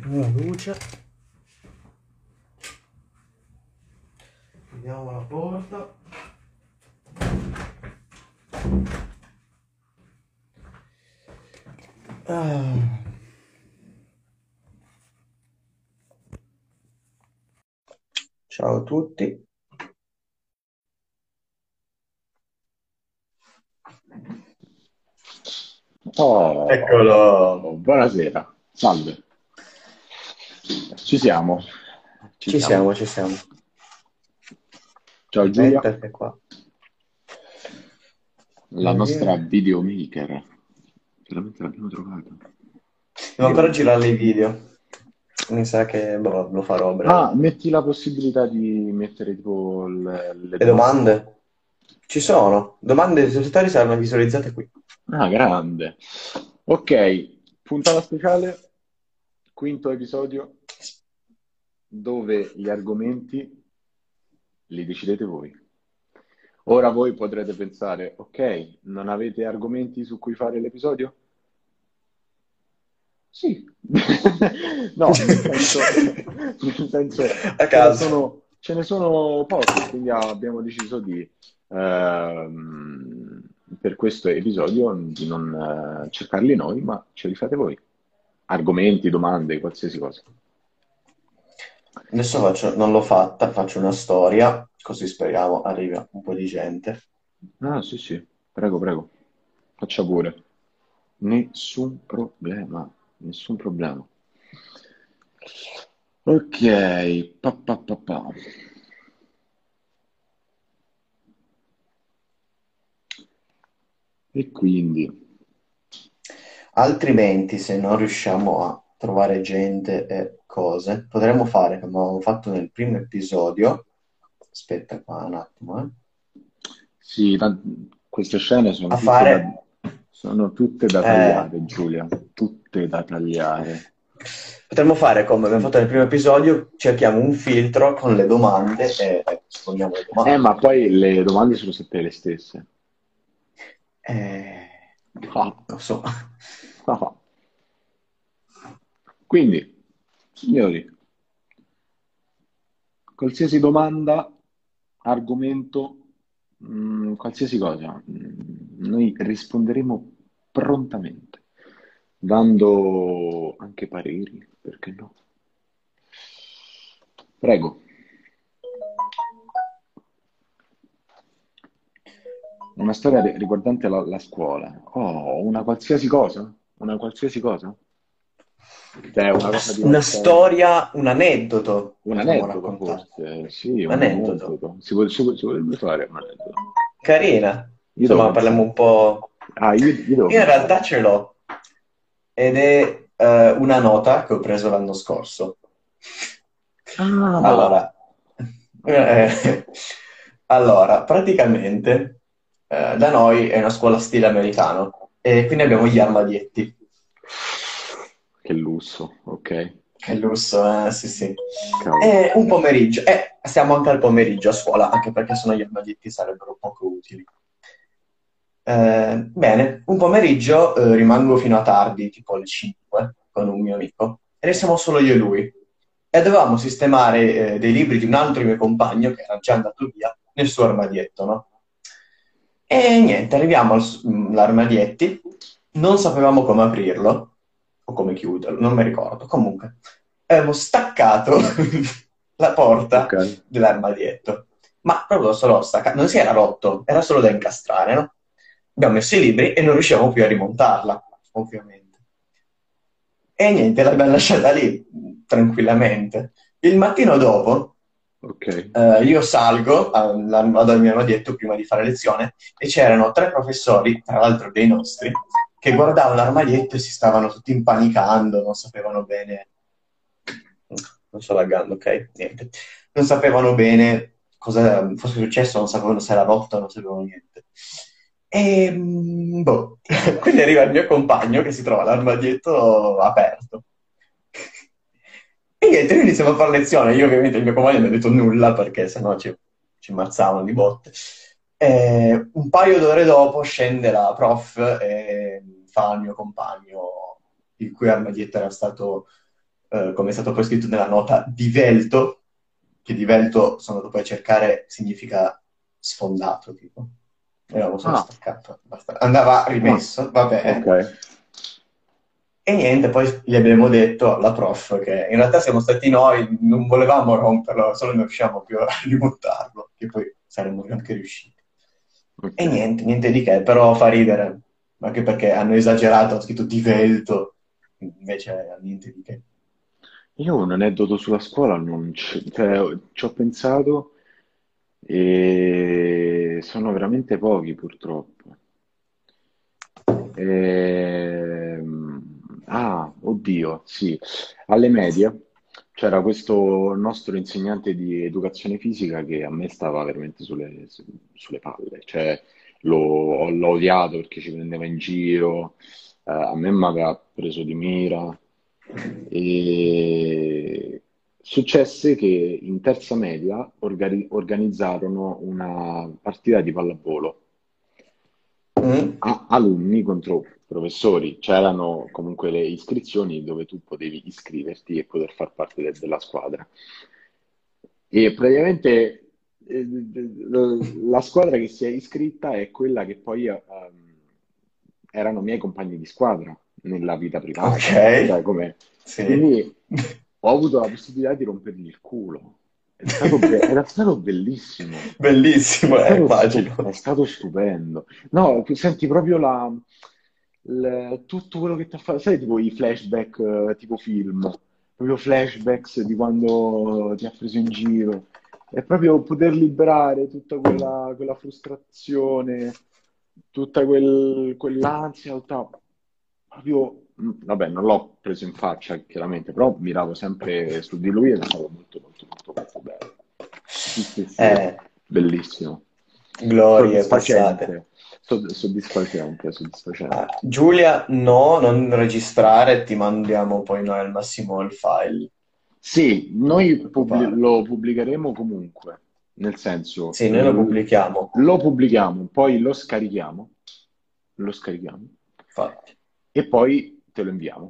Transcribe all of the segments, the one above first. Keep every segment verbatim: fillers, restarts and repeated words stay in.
Una luce. Vediamo la porta. Ah. Ciao a tutti. Eccolo. Oh, buonasera, salve. Ci siamo, ci Ci siamo. siamo, ci siamo. Ciao Giulia, Aspetta che qua. la Devo nostra dire. videomaker. Veramente l'abbiamo trovata. Devo ancora Videomaker. girare i video. Mi sa che boh, lo farò a Ah, breve. metti la possibilità di mettere tipo le, le Le domande. domande? Ci sono. Domande e risultati saranno visualizzate qui. Ah, grande. Ok, puntata speciale, quinto episodio, dove gli argomenti li decidete voi. Ora voi potrete pensare, ok, non avete argomenti su cui fare l'episodio? Sì. No, nel senso, nel senso A ce ne caso. sono, ce ne sono pochi, quindi abbiamo deciso di, ehm, per questo episodio, di non eh, cercarli noi, ma ce li fate voi. Argomenti, domande, qualsiasi cosa. Adesso faccio, non l'ho fatta, faccio una storia, così speriamo arrivi un po' di gente. Ah, sì, sì, prego, prego, faccia pure. Nessun problema, nessun problema. Ok, pa, pa, pa, pa. E quindi, Altrimenti, se non riusciamo a trovare gente e cose, potremmo fare come avevamo fatto nel primo episodio. Aspetta qua un attimo, eh. sì, tan- queste scene sono A tutte da, fare... sono tutte da eh, tagliare, Giulia, tutte da tagliare. Potremmo fare come abbiamo fatto nel primo episodio, cerchiamo un filtro con le domande e rispondiamo alle Eh, domande. ma poi le domande sono sempre le stesse. Eh, Ah, non so. ah, ah. Quindi, signori, qualsiasi domanda, argomento, mh, qualsiasi cosa, mh, noi risponderemo prontamente, dando anche pareri, perché no? Prego. Una storia ri- riguardante la, la scuola. Oh, una qualsiasi cosa? Una qualsiasi cosa? Cioè, una cosa Una divertente. storia, un aneddoto Un potremmo aneddoto, raccontare. forse. Sì, Un un aneddoto. aneddoto. Si, vuol- si vuol- si vorrebbe fare un aneddoto. Carina. Io devo Insomma, parliamo pensare. un po'... Ah, io, io devo Io in pensare. realtà ce l'ho. Ed è eh, una nota che ho preso l'anno scorso. Ah, Allora, ok. eh, allora, praticamente eh, da noi è una scuola stile americano e quindi abbiamo gli armadietti. Che lusso, ok. Che lusso, eh? Sì, sì. Cavolo. E un pomeriggio, e siamo anche al pomeriggio a scuola, anche perché sennò gli armadietti sarebbero poco utili. Eh, bene, un pomeriggio eh, rimango fino a tardi, tipo alle cinque, con un mio amico, e ne siamo solo io e lui. E dovevamo sistemare eh, dei libri di un altro mio compagno, che era già andato via, nel suo armadietto, no? E niente, arriviamo al s- mh, all'armadietti, non sapevamo come aprirlo, o come chiuderlo, non mi ricordo. Comunque, avevo staccato la Ok. porta dell'armadietto, ma proprio solo staccato, non si era rotto, era solo da incastrare, no? Abbiamo messo i libri e non riuscivamo più a rimontarla, ovviamente. E niente, l'abbiamo lasciata lì, tranquillamente. Il mattino dopo, Ok. eh, io salgo, al- vado al mio armadietto prima di fare lezione, e c'erano tre professori, tra l'altro dei nostri, che guardavano l'armadietto e si stavano tutti impanicando, non sapevano bene, non sto laggando, ok? Niente. Non sapevano bene cosa fosse successo, non sapevano se era rotto, non sapevano niente. E mm, boh, quindi arriva il mio compagno che si trova l'armadietto aperto. E niente, noi iniziamo a fare lezione. Io ovviamente il mio compagno non ha detto nulla perché sennò ci, ci ammazzavano di botte. E un paio d'ore dopo scende la prof e fa al mio compagno, il cui armadietto era stato eh, come è stato poi scritto nella nota, divelto, che divelto, sono andato poi a cercare, significa sfondato, tipo. E l'avevo solo Ah, staccato. Basta. Andava ah, rimesso, ok. vabbè. E niente, poi gli abbiamo detto alla prof che in realtà siamo stati noi, non volevamo romperlo, solo non riusciamo più a rimontarlo, che poi saremmo anche riusciti. Ok. E niente, niente di che, però fa ridere, anche perché hanno esagerato, hanno scritto divelto, invece niente di che. Io un aneddoto sulla scuola non ci, cioè, ci ho pensato e sono veramente pochi purtroppo. Ehm, ah, oddio, sì. Alle medie c'era questo nostro insegnante di educazione fisica che a me stava veramente sulle, sulle palle. Cioè, l'ho l'ho odiato perché ci prendeva in giro, eh, a me mi aveva preso di mira. E successe che in terza media organi- organizzarono una partita di pallavolo Mm? a- alunni contro professori. C'erano comunque le iscrizioni dove tu potevi iscriverti e poter far parte de- della squadra. E praticamente eh, l- la squadra che si è iscritta è quella che poi ehm, erano miei compagni di squadra nella vita Ok, privata. Cioè, come... sì. Quindi ho avuto la possibilità di rompergli il culo. È stato, be- era stato bellissimo. È Bellissimo, eh, stato, stu- è immagino. stato stupendo. No, tu senti proprio la, il- tutto quello che ti ha fatto, sai, tipo i flashback, eh, tipo film, proprio flashbacks di quando ti ha preso in giro. È proprio poter liberare tutta quella, quella frustrazione, tutta quel- quell'ansia, tutta- proprio, mm, vabbè, non l'ho preso in faccia, chiaramente, però miravo sempre su di lui ed è stato molto, molto, molto, molto bello. Sì, sì, sì, Eh, bellissimo. glorie passate. Soddisfacente, Sod- soddisfacente, Ah, soddisfacente. Giulia, no, non registrare, ti mandiamo poi noi al massimo il file, Sì, non ti noi pubblic- preoccupare. lo pubblicheremo comunque, nel senso, Sì, noi lo l- pubblichiamo, lo pubblichiamo, poi lo scarichiamo, lo scarichiamo infatti. e poi te lo inviamo,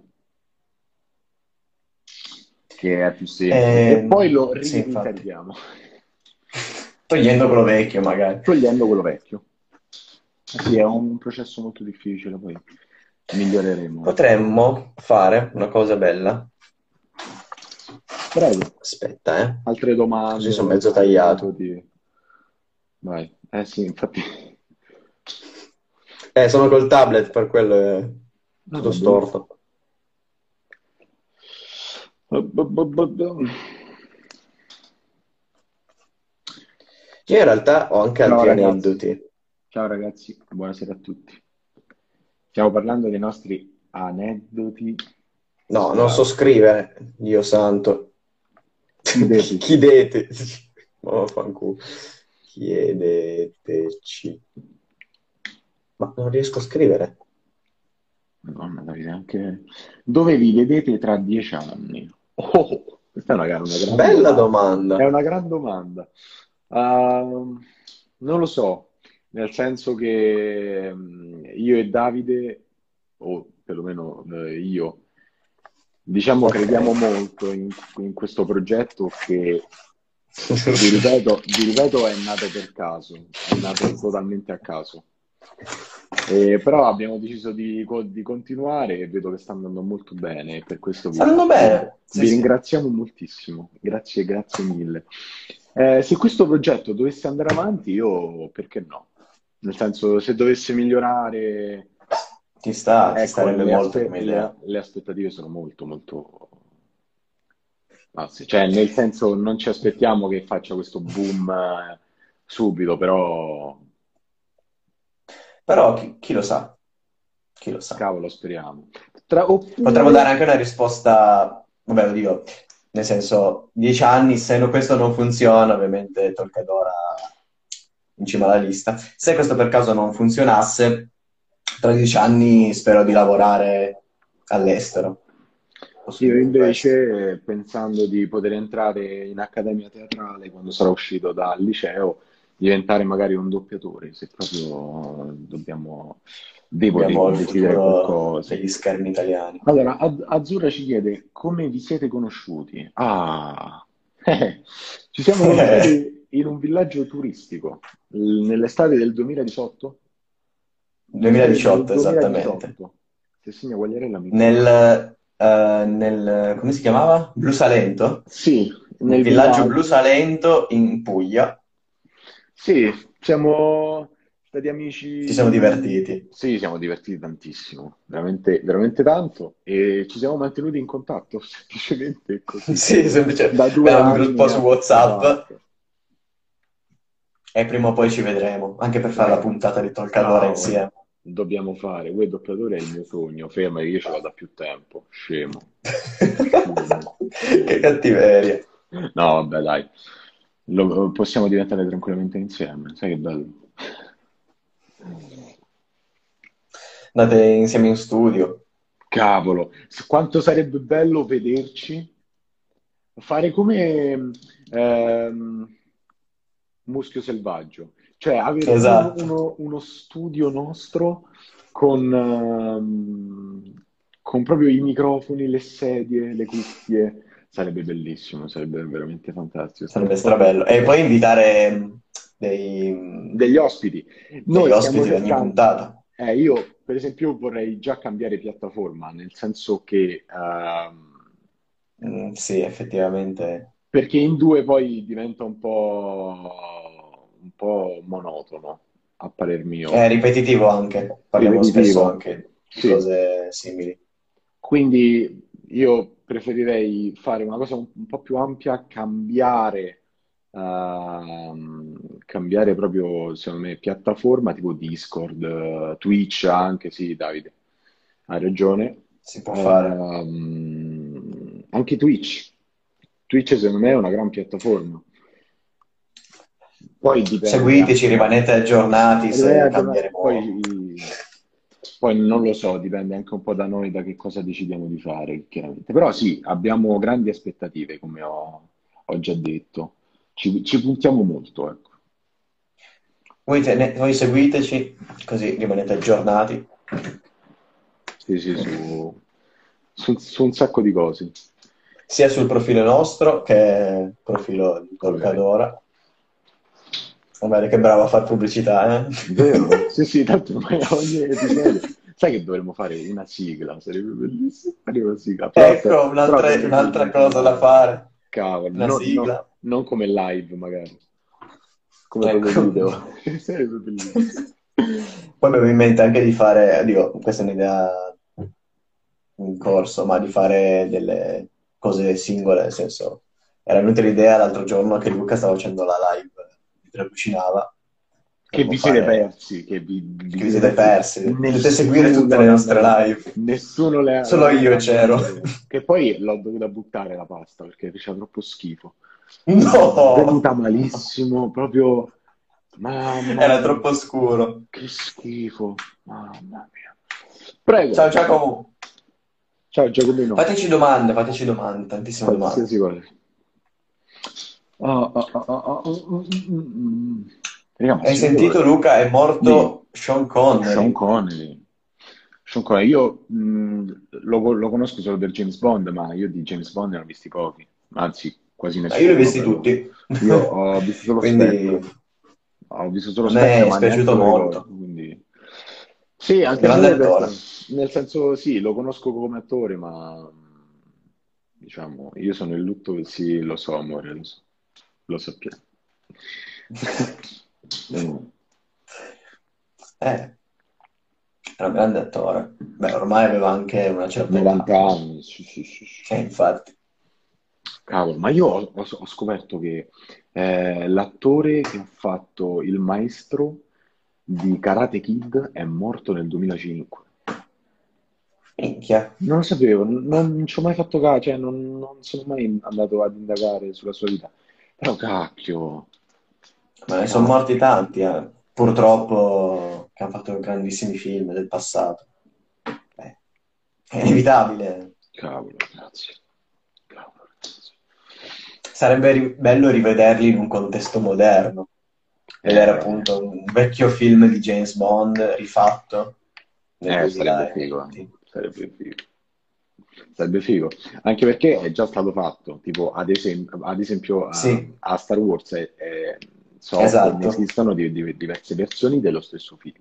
che è più semplice, e poi Ehm, lo sì, infatti. ricarichiamo, Togliendo quello vecchio, magari. togliendo quello vecchio. Eh sì, è un processo molto difficile, poi miglioreremo. Potremmo fare una cosa bella. Prego, Aspetta, eh. altre Così domande sono o mezzo altri tagliato. aneddoti? Vai. Eh sì, infatti. Eh, sono col tablet, per quello è No, tutto va bene. storto. Io in realtà ho anche Ciao altri ragazzi, aneddoti. ciao ragazzi, buonasera a tutti. Stiamo parlando dei nostri aneddoti No, non della so scrivere, Dio santo. Chideti. Chiedete. Ma vaffanculo. Chiedeteci. Ma non riesco a scrivere. Madonna, Davide, anche... Dove vi vedete tra dieci anni? Oh, questa è una, una gran Bella domanda. È domanda. una gran domanda. Ehm, non lo so, nel senso che mm, io e Davide, o perlomeno eh, io, diciamo, Ok. crediamo molto in, in questo progetto che, vi ripeto, vi ripeto, è nato per caso, è nato totalmente a caso. Eh, però abbiamo deciso di, co- di continuare e vedo che sta andando molto bene e per questo vi, Stanno vi- bene. Sì, vi sì. ringraziamo moltissimo. Grazie, grazie mille. Eh, se questo progetto dovesse andare avanti, io perché no? Nel senso, se dovesse migliorare, Ci sta, ci ecco, starebbe le, molto aspe- come idea. le- le aspettative sono molto, molto basse. Cioè, nel senso, non ci aspettiamo che faccia questo boom eh, subito, però Però chi, chi lo sa? Chi lo sa? cavolo, speriamo. Tra- Potremmo dare oppure, anche una risposta, vabbè, lo dico, nel senso, dieci anni, se no- questo non funziona, ovviamente Tolcadora in cima alla lista. Se questo per caso non funzionasse, tra dieci anni spero di lavorare all'estero. Posso io dirti questo. invece, pensando di poter entrare in accademia teatrale quando sarò uscito dal liceo, diventare magari un doppiatore, se proprio dobbiamo, devo de- Abbiamo il decidere futuro qualcosa. degli schermi italiani. Allora, Az- Azzurra ci chiede come vi siete conosciuti? Ah, eh, ci siamo conosciuti in un villaggio turistico l- nell'estate del duemiladiciotto. Nell'estate del duemiladiciotto, esattamente. duemiladiciotto. Sessinia Quagliarella mi ricordo. Nel, eh, nel, come si chiamava? Blu Salento? Sì, Nel nel villaggio Blu villaggio. Salento in Puglia. Sì, siamo stati Ci siamo amici. divertiti. Sì, siamo divertiti tantissimo, veramente, veramente tanto e ci siamo mantenuti in contatto semplicemente così. Sì, semplice. Da due Abbiamo un anni gruppo su a questa WhatsApp parte. e prima o poi ci vedremo, anche per fare la Eh, puntata di Tolcadore cavolo, insieme. dobbiamo fare. Quel doppiatore è il mio sogno. Ferma, che io ci vado da più tempo. Scemo. Scemo. Che Scemo. cattiveria. No, vabbè, dai. Lo- possiamo diventare tranquillamente insieme. Sai che bello. Andate insieme in studio. Cavolo, s- quanto sarebbe bello vederci fare come ehm, Muschio Selvaggio, cioè avere uno, Esatto. uno- uno studio nostro con, ehm, con proprio i microfoni, le sedie, le cuffie, sarebbe bellissimo, sarebbe veramente fantastico, sarebbe Sarebbe proprio strabello. E poi invitare mh, dei, mh, degli ospiti. degli Noi stiamo ospiti di ogni cercando, puntata. eh, io per esempio vorrei già cambiare piattaforma, nel senso che ehm, Mm, sì, effettivamente perché in due poi diventa un po', un po' monotono, a parer è mio, ripetitivo anche. Parliamo spesso ripetitivo. anche di Sì, cose simili. quindi io preferirei fare una cosa un, un po' più ampia, cambiare, ehm, cambiare proprio, secondo me, piattaforma tipo Discord, eh, Twitch anche, sì, Davide, hai ragione. Si può fare. Ehm, anche Twitch. Twitch secondo me è una gran piattaforma. Poi dipende Seguiteci, anche da... rimanete aggiornati Rimane se aggiornato. cambieremo. Poi, poi non lo so, dipende anche un po' da noi, da che cosa decidiamo di fare, chiaramente. Però sì, abbiamo grandi aspettative, come ho, ho già detto. Ci, ci puntiamo molto, ecco. Voi, tene- voi seguiteci, così rimanete aggiornati. Sì, sì, su, su, su un sacco di cose. Sia sul profilo nostro che il profilo di Ok. Tolcadora. Va bene, che bravo a fare pubblicità, eh? Vero? Sì, sì, tanto ormai a ogni episodio. Sai che dovremmo fare una sigla, sarebbe bellissimo fare una sigla, però, Ecco, però un'altra come un'altra pubblicità, cosa da fare. cavolo, Una no- no- sigla. non come live magari, come proprio Ecco. video, sarebbe bellissimo. Poi mi viene in mente anche di fare, dico, questa è un'idea in corso, ma di fare delle cose singole, nel senso, era venuta l'idea l'altro giorno che Luca stava facendo la live mentre cucinava. Che Potremmo vi siete fare, persi, che vi, vi che vi siete siete persi, persi, potete seguire tutte nessuno le l'ha nostre andato, live. nessuno l'ha Solo l'ha- l'ha io andato a c'ero. vedere, che poi l'ho dovuta buttare la pasta perché faceva troppo schifo. No! Venuta malissimo, proprio, mamma Era mia, troppo scuro. che schifo, mamma mia. Prego, Ciao Giacomo, ciao Giacomino, fateci domande, fateci domande, tantissime domande. qualsiasi cosa. Ah, ah, ah, ah, ah, mm, mm, mm, mm. Raga, ma Hai sicuro? sentito Luca? È Di morto Sean Sean Connery. Connery. Sean Connery, io mh, lo, lo conosco solo per James Bond, ma io di James Bond ne ho visti pochi, anzi quasi Ma io li ho nessuno visti però. tutti, Io ho visto solo quindi Spectre, ho visto solo a Spectre, me è ma neanche spiaciuto lo ricordo, molto. quindi... Sì, anche a Grande me perché, attore. nel senso, sì, lo conosco come attore, ma diciamo, io sono in lutto, sì, lo so, amore, lo so, lo sappiamo. Mm. Eh, era un grande attore. Beh, ormai aveva anche una certa età. novanta anni, sì, sì, sì, sì. Eh, infatti. Cavolo, ma io ho, ho- ho scoperto che eh, l'attore che ha fatto il maestro di Karate Kid è morto nel duemilacinque. Minchia. Non lo sapevo, non, non ci ho mai fatto caso, cioè non, non sono mai andato ad indagare sulla sua vita. Però cacchio, Ma ne sono morti cacchio, tanti, eh. Purtroppo, che hanno fatto grandissimi film del passato. Eh, è inevitabile. cavolo, grazie. Cavolo, ragazzi. Sarebbe ri- bello rivederli in un contesto moderno. ed era Eh, appunto un vecchio film di James Bond rifatto nel eh, sarebbe figo, eh. duemilaventi. Sarebbe figo. Sarebbe figo. Anche perché è già stato fatto. Tipo, ad esempio, ad esempio a, Sì, a Star Wars eh, eh, so che ne esatto. esistono di, di- diverse versioni dello stesso film.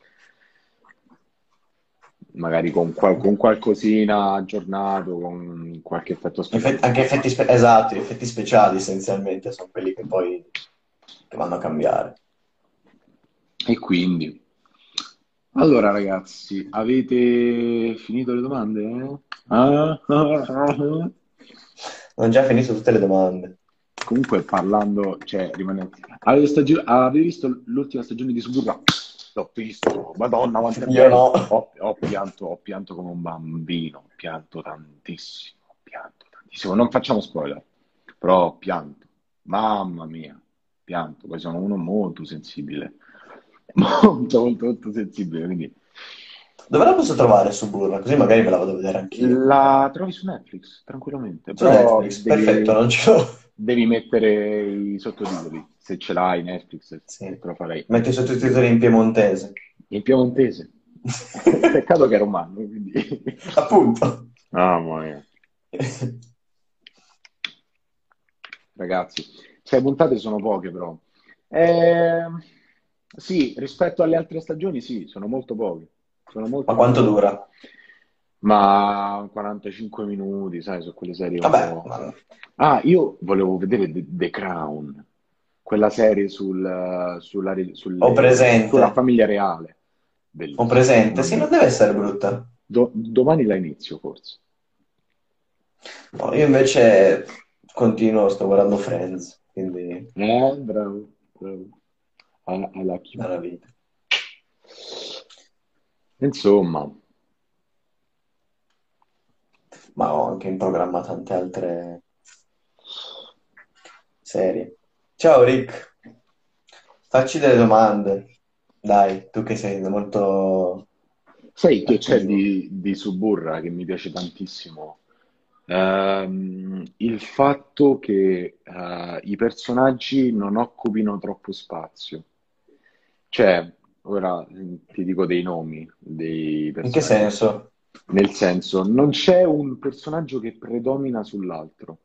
Magari con, qual- con qualcosina aggiornato, con qualche effetto speciale Effe- in anche più. effetti, spe- esatto, gli effetti speciali essenzialmente sono quelli che poi che vanno a cambiare. E quindi, allora ragazzi, avete finito le domande? eh? Ah, ah, ah, ah. Ho già finito tutte le domande. Comunque parlando, cioè, rimanendo... Avete, stagio- avete visto l'ultima stagione di Suburra? L'ho visto, Madonna, quanto è Io bello! no. Ho, ho pianto, ho pianto come un bambino, ho pianto tantissimo, ho pianto tantissimo. Non facciamo spoiler, però ho pianto. Mamma mia, pianto. Poi sono uno molto sensibile, molto, molto, molto sensibile, quindi... Dove la posso trovare su Burla? Così magari me la vado a vedere anch'io. La trovi su Netflix, tranquillamente, Su però Netflix, perfetto, devi, non ce l'ho. devi mettere i sottotitoli, se ce l'hai Netflix, Sì. e te lo farei. Metti i sottotitoli in piemontese. In piemontese. Peccato che è romano, quindi... Appunto. Mamma mia. Ragazzi, sei puntate sono poche però. Eh, sì, rispetto alle altre stagioni sì, sono molto poche. Sono Ma molto molto quanto poche. dura? Ma quarantacinque minuti, sai, su quelle serie un Vabbè, po'... ma- Ah, io volevo vedere The, The Crown, quella serie sul, sulla, re- ho sulle- presente. sulla famiglia reale. Ho Bellissima, presente. mamma Sì, non mia. deve essere brutta. Do- domani la inizio, forse. No, io invece continuo, sto guardando Friends, quindi Eh, bravo, bravo. I, I like you. nella vita. Insomma, Ma ho anche in programma tante altre serie. Ciao Rick, facci delle domande. Dai, tu che sei molto sai che c'è attivo. di, di Suburra che mi piace tantissimo? Ehm, il fatto che eh, i personaggi non occupino troppo spazio. Cioè, ora mm, ti dico dei nomi dei In che personaggi. senso? Nel senso, non c'è un personaggio che predomina sull'altro.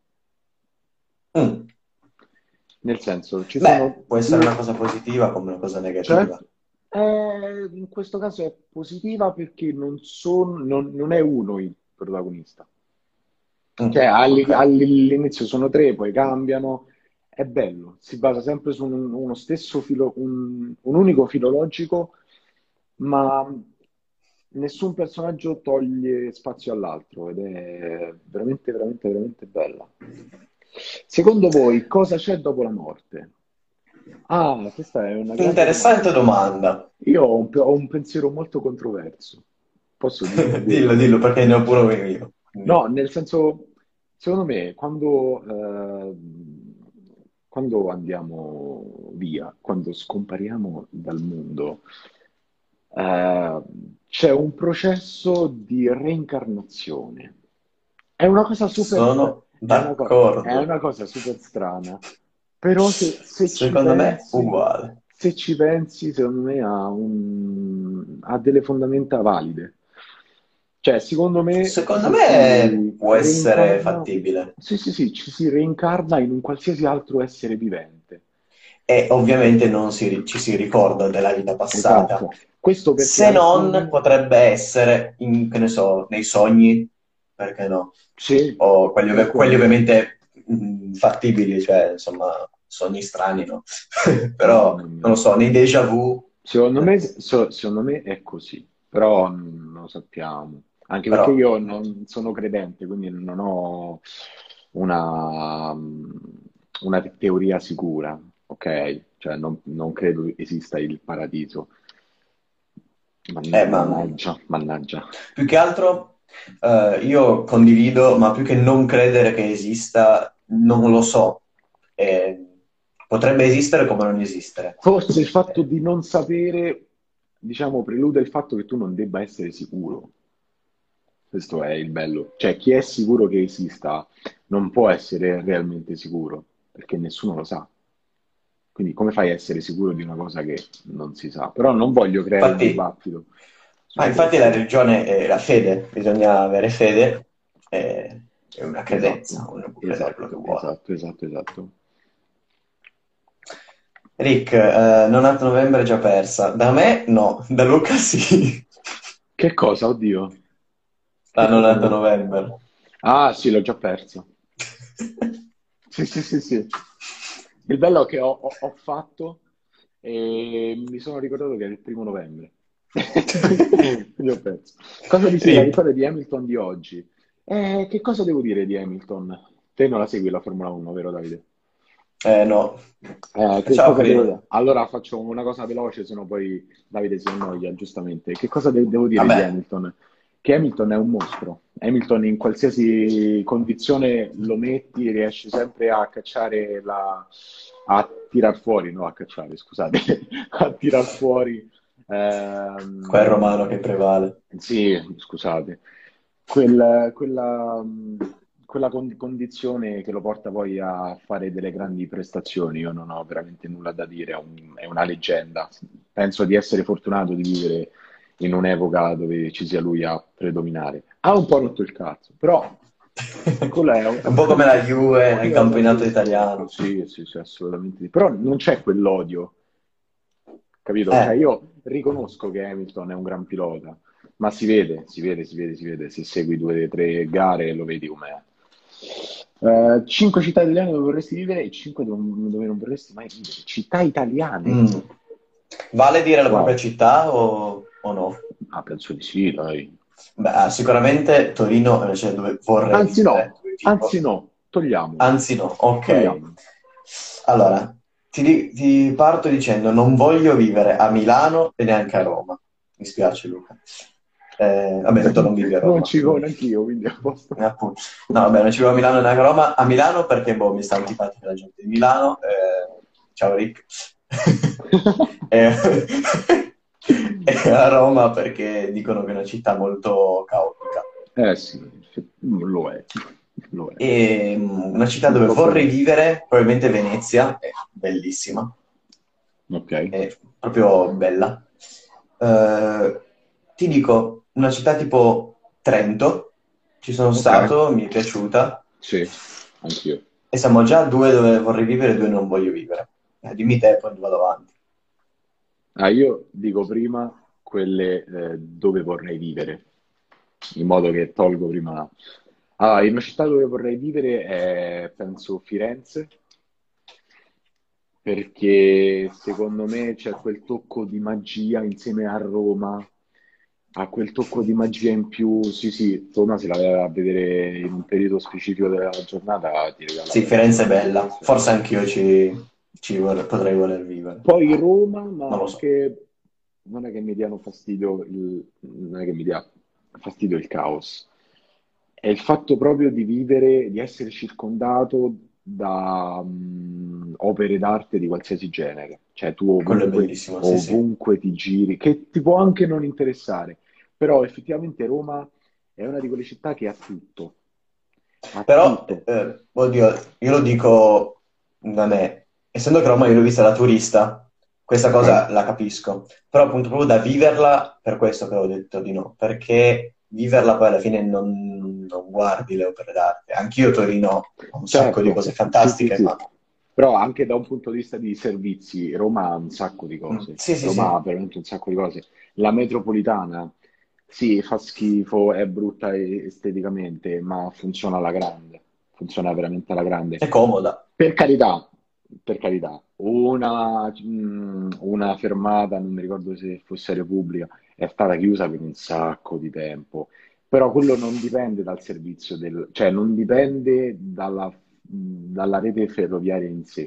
Mm. Nel senso, ci sono Beh, può essere una due... cosa positiva come una cosa negativa. Certo, eh, in questo caso è positiva perché non, son- non- non è uno il protagonista. Cioè, Mm, alli- ok. all'inizio sono tre, poi cambiano. È bello, si basa sempre su un- uno stesso filo, un, un unico filo logico, ma nessun personaggio toglie spazio all'altro ed è veramente, veramente, veramente bella. Secondo voi, cosa c'è dopo la morte? Ah, questa è una grande Interessante domanda. domanda. Io ho un, ho un pensiero molto controverso. Posso dir- Dillo, dirtelo? dillo, perché ne ho pure io. Quindi, No, nel senso, secondo me, quando, eh, quando andiamo via, quando scompariamo dal mondo, eh, c'è un processo di reincarnazione. È una cosa super, sono è una, co- è d'accordo. una cosa super strana, però se, se ci Secondo me, pensi, uguale. se ci pensi, secondo me ha, un- ha delle fondamenta valide. Cioè, secondo me Secondo ci me si può essere reincarna, fattibile. sì, sì, sì, ci si reincarna in un qualsiasi altro essere vivente. E ovviamente non si ri- ci si ricorda della vita passata. Esatto. Questo perché Se non, alcuni... potrebbe essere, in, che ne so, nei sogni, perché no? Sì, O quelli, ov- quelli tranquillamente. ovviamente mh, fattibili, cioè, insomma, sogni strani, no? Però, Mamma non mia. lo so, nei déjà vu, Secondo me, eh, so- secondo me è così, però non lo sappiamo. Anche perché però, io non sono credente, quindi non ho una, una teoria sicura, ok? Cioè non, non credo esista il paradiso. eh, Manna- ma Mannaggia, mannaggia. più che altro eh, io condivido, ma più che non credere che esista, non lo so. Eh, potrebbe esistere come non esistere. Forse il fatto Eh, di non sapere, diciamo, prelude il fatto che tu non debba essere sicuro. Questo è il bello. Cioè, chi è sicuro che esista non può essere realmente sicuro, perché nessuno lo sa. Quindi come fai a essere sicuro di una cosa che non si sa? Però non voglio creare un Infatti, dibattito ma su infatti la questo. religione è la fede, bisogna avere fede e, e una credenza, Esatto, uno può credere quello che esatto, vuole. esatto, esatto, esatto. Rick, eh, non a novembre già persa. Da me no, da Luca sì. Che cosa, oddio? La Che cosa nonanta devo... novembre. Ah, sì, l'ho già perso. Sì, sì, sì, sì. Il bello è che ho, ho- ho fatto e mi sono ricordato che era il primo novembre. Quindi ho perso. Cosa dici della Rip. vittoria di Hamilton di oggi? Eh, che cosa devo dire di Hamilton? Te non la segui la Formula uno, vero Davide? Eh no. Eh, che Ciao cosa devo Cri. dire? Allora faccio una cosa veloce, se no poi Davide si annoia, giustamente. Che cosa de- devo dire di Vabbè, Hamilton? Che Hamilton è un mostro. Hamilton in qualsiasi condizione lo metti, riesce sempre a cacciare la... a tirar fuori, no a cacciare, scusate, a tirar fuori. qua è il ehm, romano che prevale. sì, scusate. Quel- quella, mh, quella con- condizione che lo porta poi a fare delle grandi prestazioni. Io non ho veramente nulla da dire, è, un- è una leggenda. Penso di essere fortunato di vivere in un'epoca dove ci sia lui a predominare. Ha un po' rotto il cazzo, però quello è un, È un po' come la Juve nel quello è un campionato altro discorso. italiano. Sì, sì, sì, assolutamente. Sì. Però non c'è quell'odio, capito? Cioè Eh, io riconosco che Hamilton è un gran pilota, ma si vede, si vede, si vede, si vede. Se segui due o tre gare lo vedi com'è. Eh, cinque città italiane dove vorresti vivere e cinque dove, dove non vorresti mai vivere. Città italiane? mm. Vale dire la propria Wow. città o, o no? Ah, penso di sì, dai. Beh, ah, sicuramente Torino è una città dove vorrei Anzi vivere, no, dove anzi vivo. no, togliamola. Anzi no, ok. Togliamola. Allora, ti, di- ti parto dicendo non voglio vivere a Milano e neanche a Roma. Mi spiace Luca. Eh, vabbè, tu non vivi a Non Roma, ci vivo quindi... neanch'io, quindi a eh, posto. appunto. No, vabbè, non ci vivo a Milano e neanche a Roma. A Milano perché, boh, mi sta antipatica la gente di Milano. Eh, ciao Rick. E, e a Roma perché dicono che è una città molto caotica. Eh sì, lo è, lo è. E mm, una città dove Purtroppo vorrei lo è. vivere, probabilmente Venezia, è bellissima, Ok, è proprio bella. Eh, ti dico, una città tipo Trento, ci sono ok, stato, mi è piaciuta, sì, anch'io. e siamo già a due dove vorrei vivere e due non voglio vivere. Eh, dimmi te, poi vado avanti. Ah, io dico prima quelle eh, dove vorrei vivere, in modo che tolgo prima... Ah, in una città dove vorrei vivere è, penso, Firenze, perché secondo me c'è quel tocco di magia insieme a Roma, ha quel tocco di magia in più. Sì, sì, Roma se la vai a vedere in un periodo specifico della giornata ti regala Sì, veramente Firenze è tante bella, cose. forse anch'io ci, ci vor- potrei voler vivere. Poi Roma, ma Non lo so. anche non è che mi diano fastidio il, non è che mi dia fastidio il caos, è il fatto proprio di vivere, di essere circondato da mh, opere d'arte di qualsiasi genere, cioè tu Quello è ovunque, bellissimo, sì, sì. ovunque ti giri, che ti può anche non interessare, però effettivamente Roma è una di quelle città che ha tutto, ha Però, tutto. eh, oddio, io lo dico da me, essendo che Roma io l'ho vista da turista, questa Ok? cosa la capisco, però appunto proprio da viverla, per questo che ho detto di no, perché viverla poi alla fine non, non guardi le opere d'arte. Anch'io a Torino ho un sacco di Certo, cose sì, sì, fantastiche, ma sì. Però anche da un punto di vista di servizi, Roma ha un sacco di mm, cose. sì, sì, Roma sì, ha veramente un sacco di cose. La metropolitana, sì, fa schifo, è brutta e- esteticamente, ma funziona alla grande. Funziona veramente alla grande. è comoda. Per carità, per carità, una, mm, una fermata, non mi ricordo se fosse a Repubblica, è stata chiusa per un sacco di tempo. Però quello non dipende dal servizio del, cioè non dipende dalla, dalla rete ferroviaria in sé,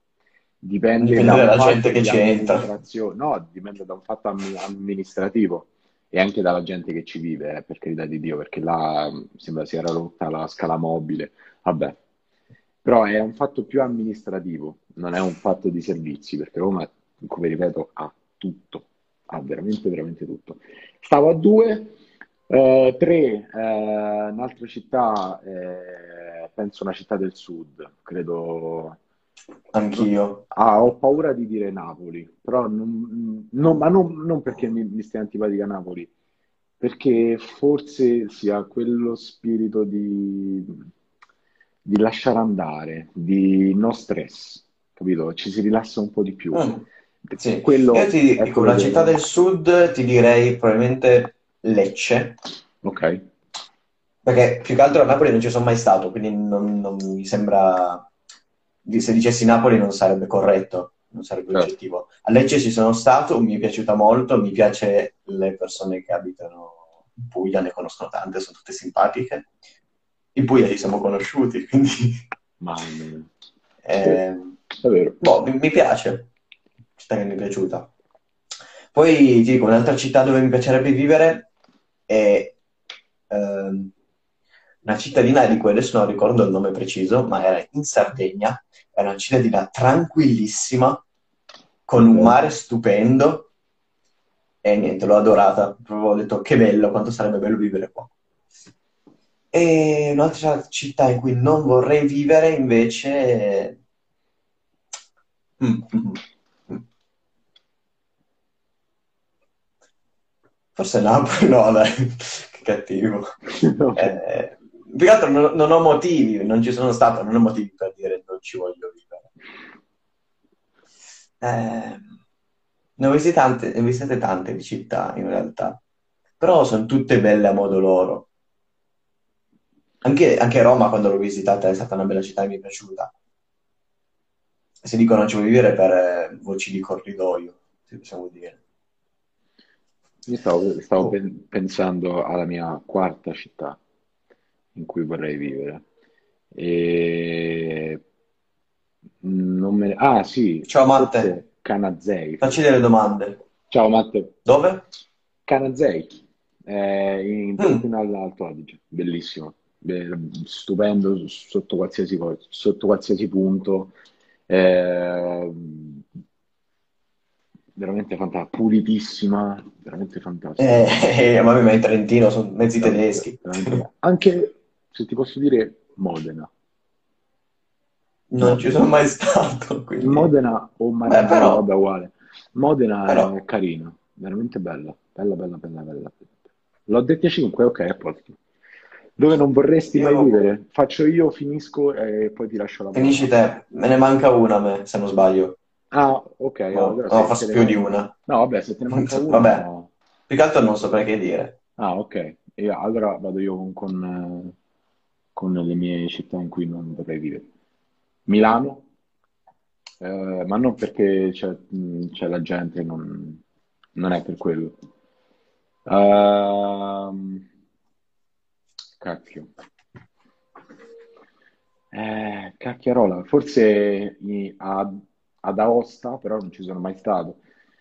dipende da Dipende un dalla gente fatto che di ci entra. amministrazione, no, dipende da un fatto ammi- amministrativo e anche dalla gente che ci vive, eh, per carità di Dio, perché là mh, sembra si era rotta la scala mobile, vabbè. Però è un fatto più amministrativo, non è un fatto di servizi, perché Roma, come ripeto, ha tutto, ha veramente, veramente tutto. Stavo a due, eh, tre, eh, un'altra città, eh, penso una città del sud, credo, No. Anch'io. Ah, ho paura di dire Napoli, però non, non- ma non, non perché mi, mi stia antipatica Napoli, perché forse si ha quello spirito di, di lasciare andare, di no stress, capito? Ci si rilassa un po' di più. Mm, sì, io Quello ti è dico, quello una che... città del sud ti direi probabilmente Lecce, Ok, perché più che altro a Napoli non ci sono mai stato, quindi non, non mi sembra, di- se dicessi Napoli non sarebbe corretto, non sarebbe certo. oggettivo. A Lecce ci sono stato, mi è piaciuta molto, mi piace le persone che abitano in Puglia, ne conoscono tante, sono tutte simpatiche. In Puglia ci siamo conosciuti, quindi Mamma mia. Sì, eh, è vero. boh, mi, mi piace, città che mi è piaciuta. Poi ti dico, un'altra città dove mi piacerebbe vivere è ehm, una cittadina di cui adesso non ricordo il nome preciso, ma era in Sardegna, era una cittadina tranquillissima, con Ok. un mare stupendo, e niente, l'ho adorata. Proprio ho detto che bello, quanto sarebbe bello vivere qua. E un'altra città in cui non vorrei vivere invece... mm, mm, mm. Forse Napoli, no, dai, che cattivo. Vabbè. Eh, più che altro non, non ho motivi, non ci sono stato, non ho motivi per dire non ci voglio vivere. Eh, ne ho visitante- ne ho visitate tante di città in realtà, però sono tutte belle a modo loro. Anche, anche Roma, quando l'ho visitata, è stata una bella città e mi è piaciuta. Se dico non ci vuoi vivere per eh, voci di corridoio, se possiamo dire. Io stavo, stavo Boh. pen- pensando alla mia quarta città in cui vorrei vivere. E non me... Ah, sì, Ciao Matte, forse Canazei, facci forse. delle domande. Ciao Matte. Dove? Canazei, è in Mm. Trentino all'Alto Adige, bellissimo, Be- stupendo sotto qualsiasi, co- sotto qualsiasi punto, eh, veramente fantastica, pulitissima, veramente fantastica. Eh, eh, vabbè, ma in Trentino sono mezzi Veramente, tedeschi. veramente bello. Anche, se ti posso dire, Modena. Non ci Modena. sono mai stato, quindi... Modena o Beh, Marangella, vabbè, però, uguale. Modena però... è carina, veramente bella, bella, bella, bella, bella. L'ho dette cinque, ok, a posto. Dove non vorresti mai Io... vivere? Faccio io, finisco e poi ti lascio la Finisci parola. te, me ne manca una a me, se non sbaglio. Ah, ok, Boh, allora no, se te forse ne più di manca... una. No, vabbè, se te ne manca Vabbè, una... più che altro non saprei che dire. Ah, ok. E allora vado io con, con, eh, con le mie città in cui non vorrei vivere. Milano, eh, ma non perché c'è mh, c'è la gente, non, non è per quello. Ehm, cacchio. Eh, cacchiarola, forse i- a- ad Aosta, però non ci sono mai stato.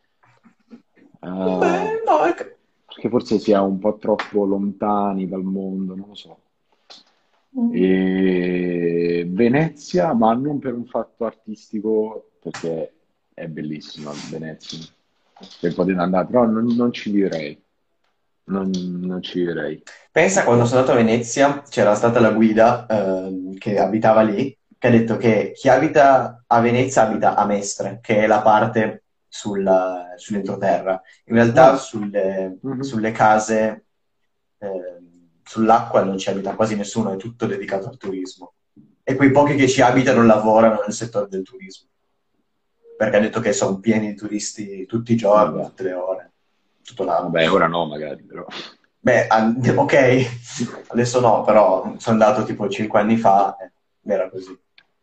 Eh, Beh, no, è che- perché forse si è un po' troppo lontani dal mondo, non lo so. mm. E Venezia, ma non per un fatto artistico, perché è bellissima Venezia. E potete andare, però non, non ci vivrei. Non, non ci vivrei, Pensa quando sono purtroppo. andato a Venezia, c'era stata la guida ehm, che abitava lì, che ha detto che chi abita a Venezia abita a Mestre, che è la parte sulla- sull'entroterra. In realtà Ah, sulle, mhm. sulle case, ehm, sull'acqua non ci abita quasi nessuno, è tutto dedicato al turismo. E quei pochi che ci abitano lavorano nel settore del turismo, perché ha detto che sono pieni di turisti tutti i giorni, Vabbè. tutte le ore, tutto l'anno. Vabbè, ora no, magari, però. Beh, an- ok, adesso no, però sono andato tipo cinque anni fa, e era così.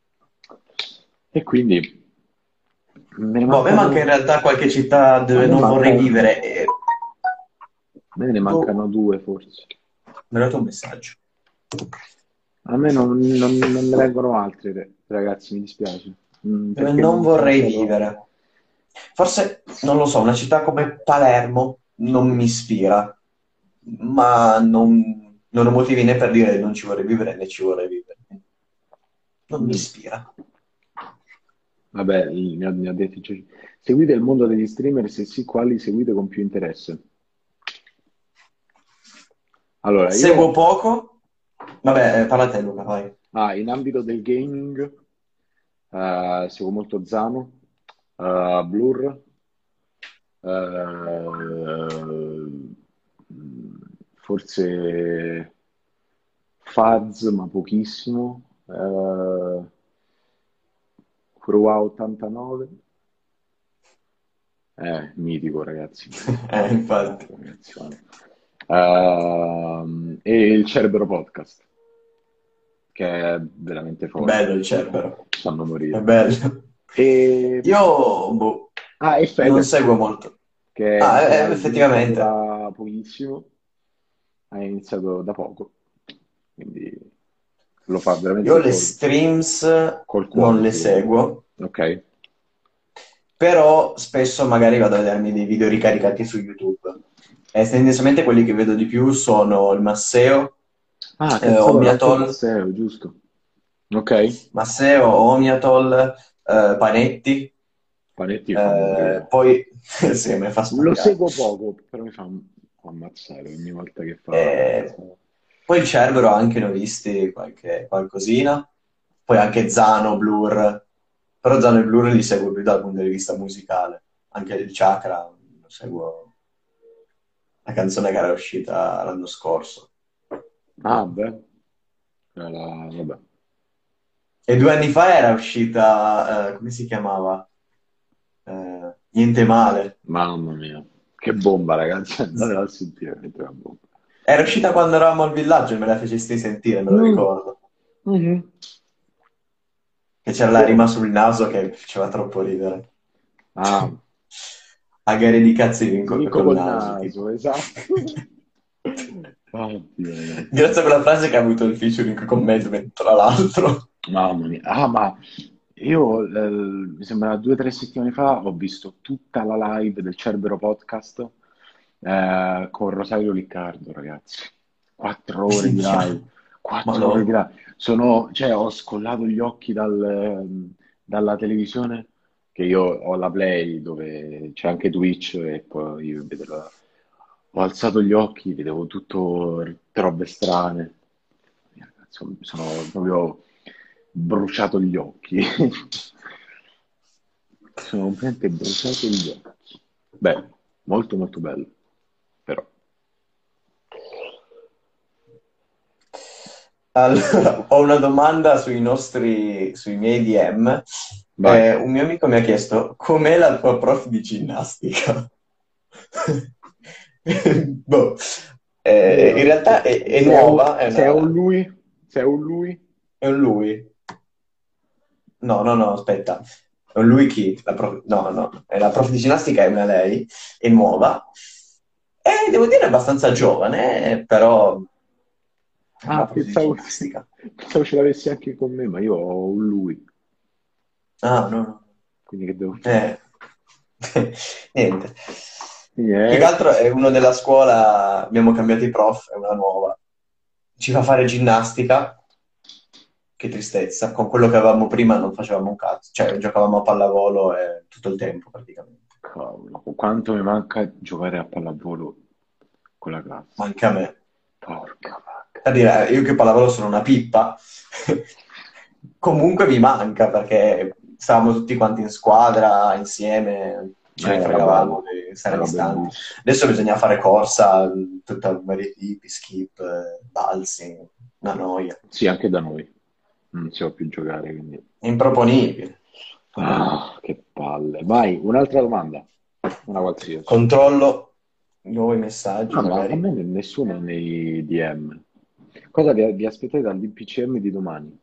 E quindi me ne Boh, a me manca in mancano, realtà qualche città a dove me non manca, vorrei a vivere e... me ne Boh, mancano due forse. mi è dato un messaggio. A me non, non- non ne vengono altre, re- ragazzi, mi dispiace. Mm, Dove perché non non sono vorrei stato... vivere. Forse, non lo so, una città come Palermo non mi ispira, ma non, non ho motivi né per dire non ci vorrei vivere né ci vorrei vivere. Non mi Mm. ispira. Vabbè, ne ho, ne ho detti. Cioè, seguite il mondo degli streamer, se sì, quali seguite con più interesse? Allora, Seguo io, poco. Vabbè, eh, parla te Luca, vai. ah, in ambito del gaming, Eh, seguo molto Zano, eh, Blur, eh, forse Fuzz, ma pochissimo. Eh, Crew A ottantanove. Eh, mitico, ragazzi, mitico. Eh, infatti. Mitico, ragazzi, guarda. Ehm, e il Cerbero Podcast, che è veramente Bello forte, il Cerbero. fanno È morire. bello. E... Io, boh, Ah, e non Fedez, seguo molto. che è Ah, eh, iniziato, iniziato effettivamente. da pochissimo, ha iniziato da poco, quindi lo fa Io veramente le col, streams col non cuore, le secondo me. seguo, Ok? però spesso magari vado a vedermi dei video ricaricati su YouTube. E tendenzialmente quelli che vedo di più sono il Masseo, Ah, eh, cazzarola, anche Omniatol, Masseo, giusto. Ok? Masseo, Omniatol, eh, Panetti, Panetti mi fa eh, morire. poi sì, mi fa Lo spaccare. seguo poco, però mi fa ammazzare ogni volta che fa... Eh, poi il Cerbero anche ne ho visti qualche, qualcosina, poi anche Zano, Blur, però Zano e Blur li seguo più dal punto di vista musicale, anche il Chakra, lo seguo la canzone che era uscita l'anno scorso. Ah, beh, era la- vabbè. E due anni fa era uscita, eh, come si chiamava? Eh, Niente male. Mamma mia, che bomba, ragazzi, andatela a sentire, veramente una bomba. Era uscita quando eravamo al villaggio e me la facesti sentire, me lo Mm. ricordo. Mhm. Che c'era la Però, rima sul naso che faceva troppo ridere. ah, A gare di cazzi vinco vinco col col naso, naso, tipo. esatto. Oddio, ragazzi. Grazie a quella frase che ha avuto il featuring con me, tra l'altro. Mamma mia. Ah, ma io, eh, mi sembra due o tre settimane fa, ho visto tutta la live del Cerbero Podcast eh, con Rosario Liccardo, ragazzi. Quattro ore di live. Minchia. Quattro ore di Madonna. live. Sono, cioè, ho scollato gli occhi dal, ehm, dalla televisione, che io ho la Play dove c'è anche Twitch e poi io vedo la- ho alzato gli occhi, vedevo tutto robe strane. Ragazzi, sono proprio bruciato gli occhi. Sono completamente bruciato gli occhi. Beh, molto molto bello, però. Allora, ho una domanda sui nostri, sui miei D M. Vai. Eh, un mio amico mi ha chiesto com'è la tua prof di ginnastica? Boh. Eh, in Io- realtà è, è se è un, nuova, è se è un una, lui, se è un lui, è un lui. No, no, no, aspetta. È un lui chi? La prof- No, no, è la prof di ginnastica è una lei, è nuova. E devo dire è abbastanza giovane, però è ah, una prof di pensavo, ginnastica. pensavo ce l'avessi anche con me, ma io ho un lui, Ah, no, no. quindi che devo fare? Eh, niente. Quindi Più che è... altro è uno della scuola, abbiamo cambiato i prof, è una nuova. Ci fa fare ginnastica, che tristezza. Con quello che avevamo prima non facevamo un cazzo, cioè giocavamo a pallavolo e tutto il tempo praticamente. Cavolo, quanto mi manca giocare a pallavolo con la classe. Manca a me. Porca vacca. Per dire, io che pallavolo sono una pippa, comunque mi manca perché stavamo tutti quanti in squadra, insieme, ce Eh, ne era bello, fregavamo di stare era distanti. bellissimo. Adesso bisogna fare corsa, tutta vari tipi, skip, eh, balzi, una noia. Sì, anche da noi. Non si può più giocare, quindi... Improponibile. Ah, che palle. Vai, un'altra domanda. Una qualsiasi. Controllo nuovi messaggi, No, ma a magari. me nessuno nei D M. Cosa vi, vi aspettate dall'I P C M di domani?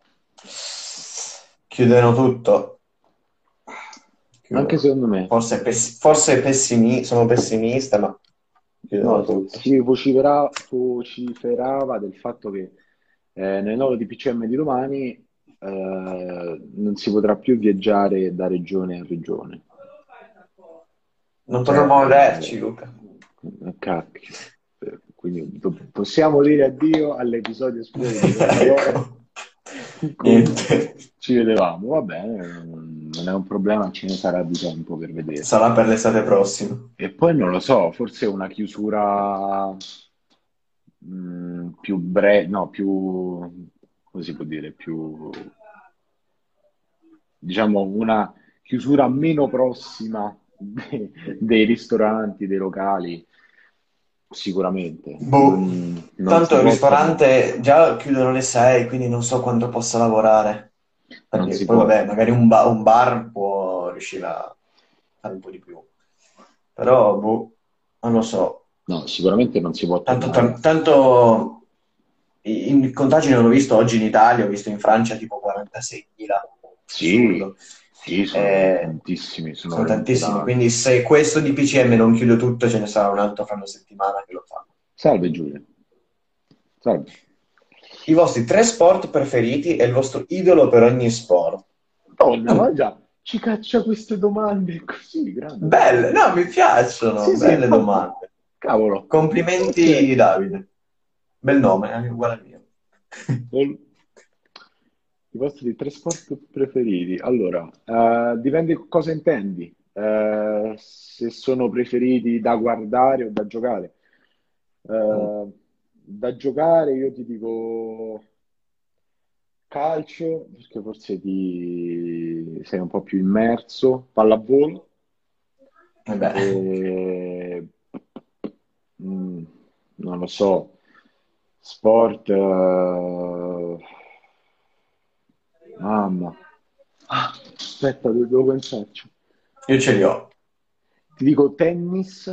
Chiudono tutto. Anche Chiudono. secondo me. Forse, pess- forse pessimi- sono pessimista, ma chiudono No, tutto. si vocifera- vociferava del fatto che eh, nel nuovo D P C M di domani eh, non si potrà più viaggiare da regione a regione. Non Eh, potremmo vederci, Luca. eh, cacchio. Eh, Quindi do- possiamo dire addio all'episodio speciale di questa ora Ecco. in cui Niente. ci vedevamo. Va bene, non non è un problema, ce ne sarà di tempo per vederci. Sarà per l'estate prossima. E poi non lo so, forse una chiusura mh, più breve, no, più, come si può dire, più, diciamo, una chiusura meno prossima de- dei ristoranti, dei locali, sicuramente. Boh, Non, non tanto si il può fare, ristorante già chiudono alle sei, quindi non so quanto possa lavorare. non Perché si poi, può. vabbè, magari un, ba- un bar può riuscire a fare un po' di più. Però, boh, non lo so. No, sicuramente non si può Tanto, tornare. tan- tanto i, i contagi non l'ho visto oggi in Italia, ho visto in Francia tipo quarantaseimila, Sì, assurdo. sì, sono Eh, tantissimi, sono sono veramente tantissimi, tanti. quindi se questo di P C M non chiude tutto, ce ne sarà un altro fra una settimana che lo fa. Salve Giulia, salve. I vostri tre sport preferiti e il vostro idolo per ogni sport. Donna, Mm, ma già, ci caccia queste domande così, grande. belle, no, mi piacciono, Sì, sì, belle infatti, domande. cavolo. Ok. Complimenti, Davide. Bel nome, anche uguale al mio. Vol- I vostri tre sport preferiti? Allora, eh, dipende cosa intendi. Eh, se sono preferiti da guardare o da giocare. Mm. Eh, da giocare io ti dico calcio, perché forse ti sei un po' più immerso, pallavolo, Vabbè. e, mm, non lo so, sport, eh, mamma. Ah, aspetta, devo devo pensarci. Io ce li ho. Ti dico tennis,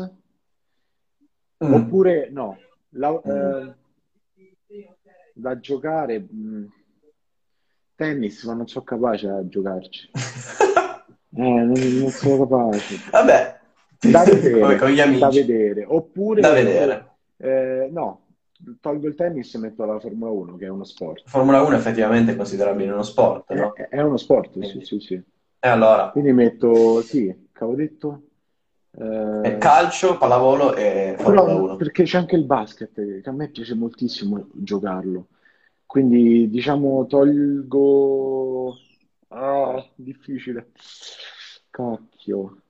Mm. oppure no, la- Mm. eh, da giocare, mh, tennis, ma non sono capace a giocarci. Eh, non, non sono capace. Vabbè, Da come vedere, con gli da amici. vedere. Da Oppure, vedere. eh, no, tolgo il tennis e metto la Formula uno, che è uno sport. Formula uno effettivamente è considerabile uno sport, È, no? è- è uno sport, sì, Quindi, sì, sì. e allora, Quindi metto, sì, che avevo detto? è Eh, calcio, pallavolo e Formula però uno. perché c'è anche il basket, che a me piace moltissimo giocarlo. Quindi, diciamo, tolgo... Ah, difficile. Cacchio.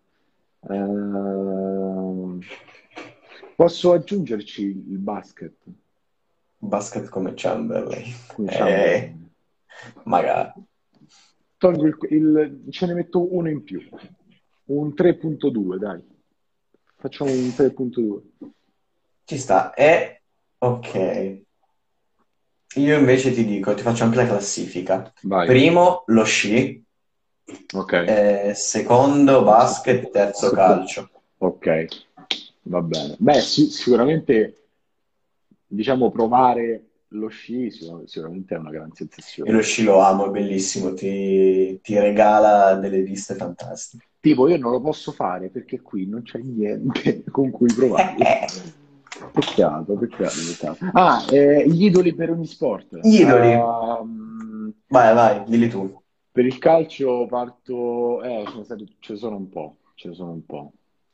Ehm, Posso aggiungerci il basket Basket come Chamberlain. come Eh, Chamberlain. magari. Tolgo il, il- ce ne metto uno in più. Un tre punto due, dai. Facciamo un tre punto due. Ci sta. E, ok. Io invece ti dico, ti faccio anche la classifica. Vai. Primo, lo sci. Ok. Eh, secondo, basket. Terzo, calcio. Ok, va bene. Beh, sì, sicuramente, diciamo, provare lo sci sicur- sicuramente è una gran E lo sensazione. sci lo amo, è bellissimo, ti, ti regala delle viste fantastiche. Tipo, io non lo posso fare perché qui non c'è niente con cui provarlo. Peccato, peccato, peccato. Ah, eh, gli idoli per ogni sport. Gli idoli. Ehm, Vai, vai, dilli tu. per il calcio parto... Eh, ce ne stati- ce ne sono un po', ce ne sono un po'.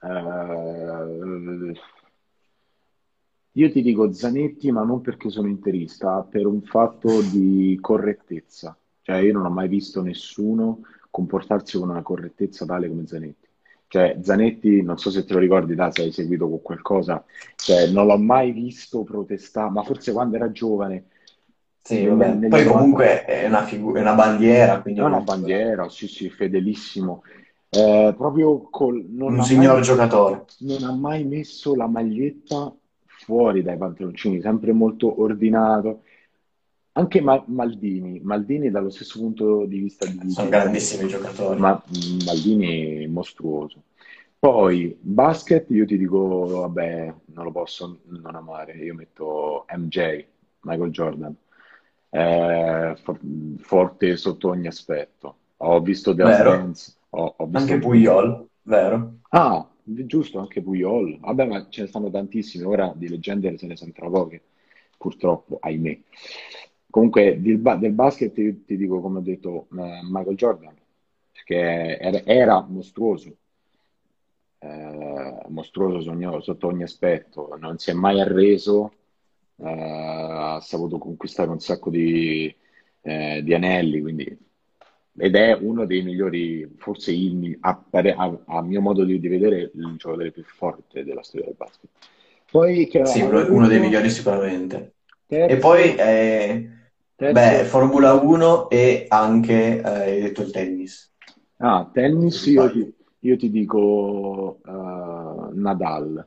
Eh, io ti dico Zanetti, ma non perché sono interista, per un fatto di correttezza. Cioè, io non ho mai visto nessuno comportarsi con una correttezza tale come Zanetti. Cioè, Zanetti, non so se te lo ricordi, da se hai seguito con qualcosa, cioè, non l'ho mai visto protestare, ma forse quando era giovane, Sì, negli, vabbè. negli Poi anni novanta, comunque è una, figu- è una bandiera, è quindi una comunque bandiera, sì, sì, fedelissimo. Eh, proprio col, non un ha signor mai, giocatore. non ha mai messo la maglietta fuori dai pantaloncini, sempre molto ordinato. Anche Ma- Maldini, Maldini dallo stesso punto di vista di, Sono di Zanetti, grandissimi giocatori. ma mm, Maldini è mostruoso. Poi basket, io ti dico, vabbè, non lo posso non amare, io metto M J, Michael Jordan. Eh, for- forte sotto ogni aspetto. Ho visto The Last Vero? Dance, ho, ho Anche visto... Puyol, vero? Ah, giusto, anche Puyol. Vabbè, ma ce ne stanno tantissimi, ora di leggende se ne sentono poche, purtroppo, ahimè. Comunque, del, ba- del basket ti, ti dico, come ho detto, eh, Michael Jordan, perché era, era mostruoso, eh, mostruoso sogno- sotto ogni aspetto, non si è mai arreso, eh, ha saputo conquistare un sacco di, eh, di anelli, quindi, ed è uno dei migliori, forse il, mi- a, pare- a- a mio modo di, di vedere, il giocatore più forte della storia del basket. Poi che Sì, avevo uno, uno dei detto, migliori sicuramente. E poi, terzo, eh, beh, terzo, Formula uno e anche, eh, hai detto il tennis. Ah, o tennis, io sbaglio? ti, io ti dico eh, Nadal.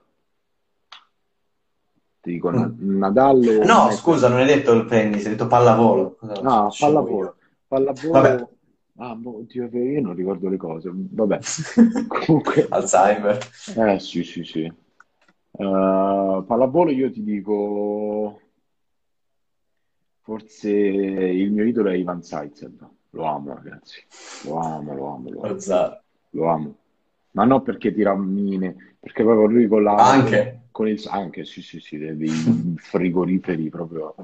Ti dico Na- Mm. Nadal o No, Med- scusa, non hai detto il tennis, hai detto pallavolo. Cosa sono Ah, scemo pallavolo. io? Vabbè. Pallavolo. Ah, boh, oddio, io non ricordo le cose. Vabbè. Comunque, Alzheimer. eh sì, sì, sì. Eh, pallavolo io ti dico, forse il mio idolo è Ivan Zaitsev. Lo amo, ragazzi. Lo amo, lo amo, lo amo. Alza- Lo amo. Ma non perché tira mine, perché proprio lui con la, con, Anche. con il, anche, sì, sì, sì, dei, dei frigoriferi proprio.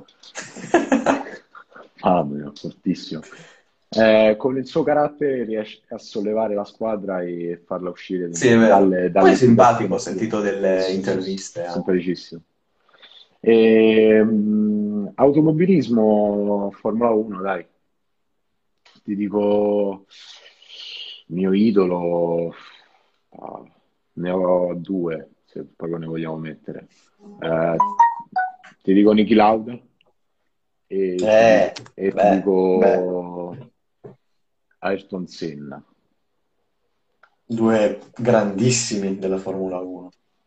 Mamma mia, fortissimo. Eh, con il suo carattere riesce a sollevare la squadra e farla uscire Sì, è vero. dalle, Poi è dalle simpatico, situazioni ho più... sentito delle Sì, sì, sì, interviste anche. simpaticissimo. E, mh, automobilismo Formula uno, dai. Ti dico, mio idolo, ah, ne ho due, se proprio ne vogliamo mettere. Eh, ti dico Niki Lauda e ti, di- Eh, e ti beh, beh, dico Ayrton Senna. due grandissimi della Formula uno,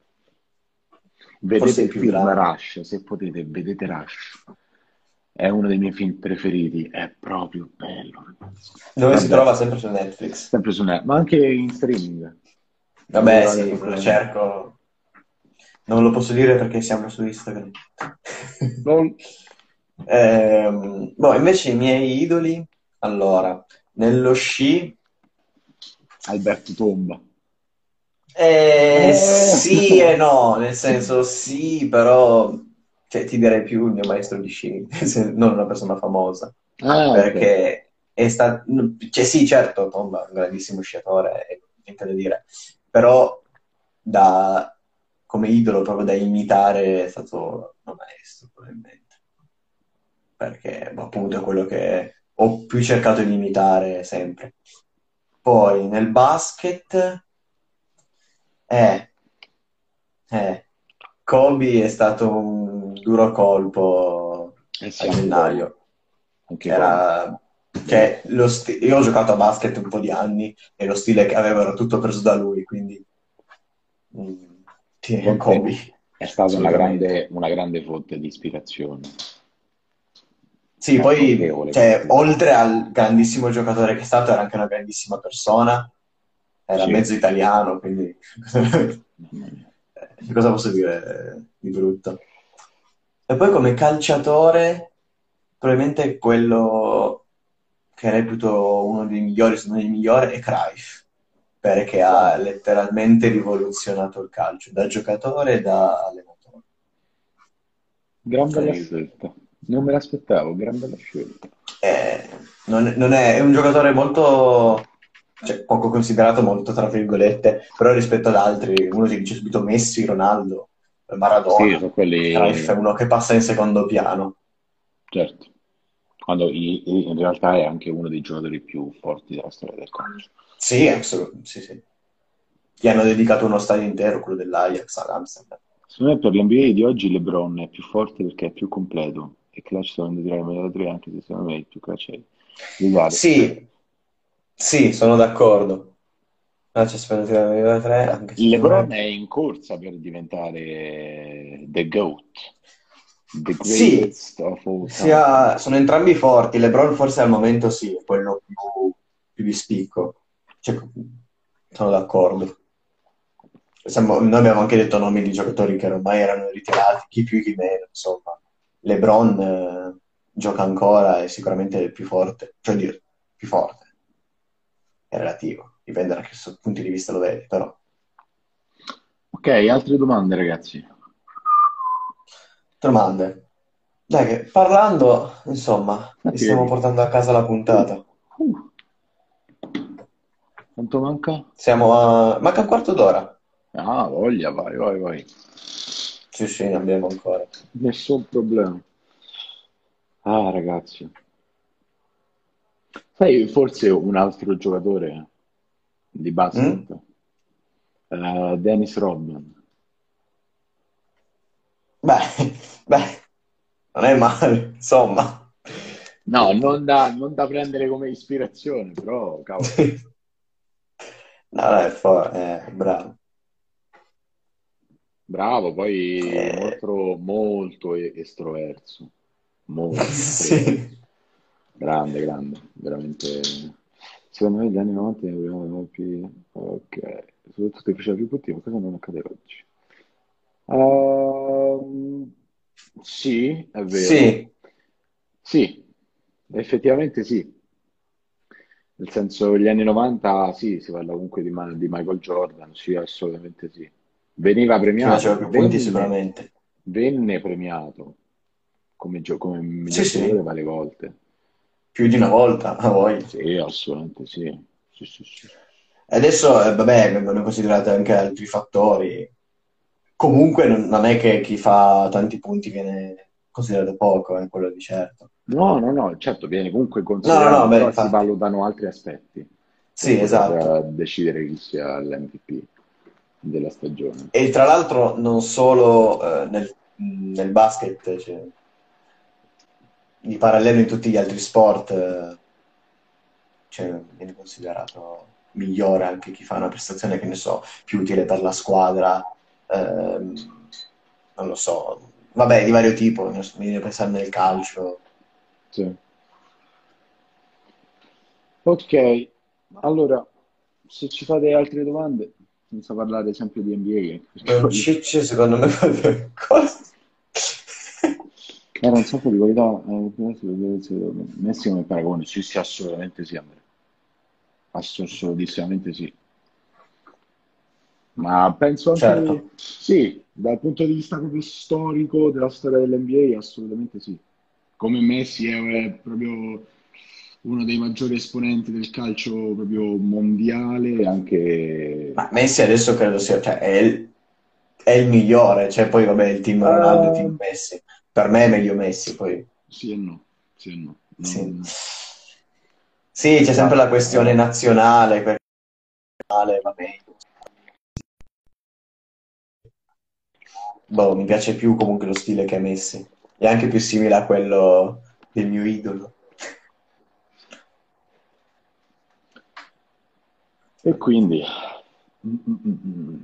Vedete forse i il più film grandi. Rush, se potete, vedete Rush. È uno dei miei film preferiti, è proprio bello, ragazzi. Dove si Vabbè, trova sempre su Netflix. sempre su Net, ma anche in streaming. Non lo Vabbè, trovate sì, me lo tranquillamente. cerco. Non lo posso dire perché siamo su Instagram. Non... Ehm, boh, invece i miei idoli, allora, nello sci, Alberto Tomba. eh, Eh. sì e no, nel senso sì, però cioè, ti direi più il mio maestro di sci, se- non una persona famosa, Ah, ok. perché è stato, cioè sì, certo, Tomba è un grandissimo sciatore, e niente da dire, però da, come idolo, proprio da imitare, è stato il mio maestro, probabilmente, perché boh, appunto è quello che ho più cercato di imitare sempre. Poi nel basket, eh, eh, Kobe è stato un duro colpo Eh sì, a anche Kobe. gennaio. Anche Kobe. Era, cioè, lo sti- io ho giocato a basket un po' di anni e lo stile che aveva era tutto preso da lui, quindi mm, sì, Conte Kobe, è stata una assolutamente. grande, una grande fonte di ispirazione. Sì, È poi, colpevole, cioè, colpevole. oltre al grandissimo giocatore che è stato, era anche una grandissima persona, era Sì, mezzo italiano, quindi mamma mia. eh, cosa posso dire eh, di brutto? E poi come calciatore, probabilmente quello che reputo uno dei migliori, se non il migliore, è Cruyff, perché ha Wow, letteralmente rivoluzionato il calcio, da giocatore e da allenatore. gran bella Incredibile. scelta. Non me l'aspettavo, gran bella scelta. Eh, non, non è, è un giocatore molto, cioè, poco considerato, molto tra virgolette, però rispetto ad altri, uno si dice subito Messi, Ronaldo, Sì, Maradona, sono Cruyff è quelli, uno che passa in secondo piano. certo. Quando i- i- in realtà è anche uno dei giocatori più forti della storia del calcio. Sì, assolut- sì, sì. Gli hanno dedicato uno stadio intero, quello dell'Ajax ad Amsterdam. Secondo me per l'N B A di oggi LeBron è più forte perché è più completo e clutch dovendo tirare la medaglia da tre, anche se secondo me è il più clutch degli altri. Sì, sì, sono d'accordo. Ah, c'è aspettato la tre, anche se secondo LeBron me... è in corsa per diventare the GOAT, the Sì, greatest of all time. sia- sono entrambi forti. LeBron forse al momento sì, è quello più, più di spicco. Cioè, sono d'accordo. Siamo- noi abbiamo anche detto nomi di giocatori che ormai erano ritirati, chi più chi meno, insomma. LeBron eh, gioca ancora, è sicuramente il più forte, cioè dire, più forte, è relativo, dipende da che so- punti di vista lo vedi, però. Ok, altre domande, ragazzi? Domande. Dai, che parlando, insomma, e Infatti, stiamo vedi. portando a casa la Uh, puntata. uh, quanto manca? Siamo a... Manca un quarto d'ora. Ah, voglia, vai, vai, vai. Sì, sì, ne abbiamo ancora. Nessun problema. Ah, ragazzi. Sai, forse un altro giocatore di Mm? basket, eh, Dennis Rodman. Beh, beh, non è male, insomma. No, non da, non da prendere come ispirazione, però, cavolo. No, no, è, fo- è bravo. Bravo, poi Eh, molto, molto e- estroverso, molto estroverso. sì. Grande, grande, veramente. Secondo me gli anni novanta ne avevano più. Ok, soprattutto che faceva più punti, ma cosa non accade oggi? Ehm, sì, è vero. Sì, Sì, effettivamente sì. Nel senso, gli anni novanta, sì, si parla comunque di, Ma- di Michael Jordan, sì, assolutamente sì. Veniva chi premiato, faceva più punti venne, sicuramente. venne premiato come, gio- come Sì, miglior giocatore sì, varie volte. più di una volta, a voi. Sì, assolutamente sì. Sì, sì, sì. E adesso, eh, vabbè, vengono considerati anche altri fattori. Comunque non, non è che chi fa tanti punti viene considerato poco, è quello di certo. No, no, no, certo, viene comunque No, no, no, considerato, beh, però si infatti. valutano altri aspetti per Sì, poter esatto. eh, decidere chi sia l'M V P della stagione. E tra l'altro non solo eh, nel, nel basket, cioè, di parallelo in tutti gli altri sport, eh, cioè, viene considerato migliore anche chi fa una prestazione, che ne so, più utile per la squadra, ehm, non lo so, vabbè, di vario tipo, non so, mi viene a pensare nel calcio. Sì. Ok, allora, se ci fate altre domande, senza parlare sempre di N B A, anche perché Don poi Cicci, secondo me, fa delle cose. era un sacco di qualità. eh, Messi come paragone, sì, sì, assolutamente sì, Andrea. Assolutissimamente sì. Ma penso Certo. anche, sì, dal punto di vista proprio storico della storia dell'N B A, assolutamente sì. Come Messi è, è proprio uno dei maggiori esponenti del calcio proprio mondiale, anche. Ma Messi adesso credo sia, cioè, è il, è il migliore, cioè poi vabbè il team Ronaldo e il team Ehm, Messi. Per me è meglio Messi, poi sì e no, sì e no. sì. Non- Sì, c'è sempre la Esatto, questione eh, nazionale, perché va meglio. Boh, mi piace più comunque lo stile che ha Messi. È anche più simile a quello del mio idolo. e quindi, mm, mm, mm, mm.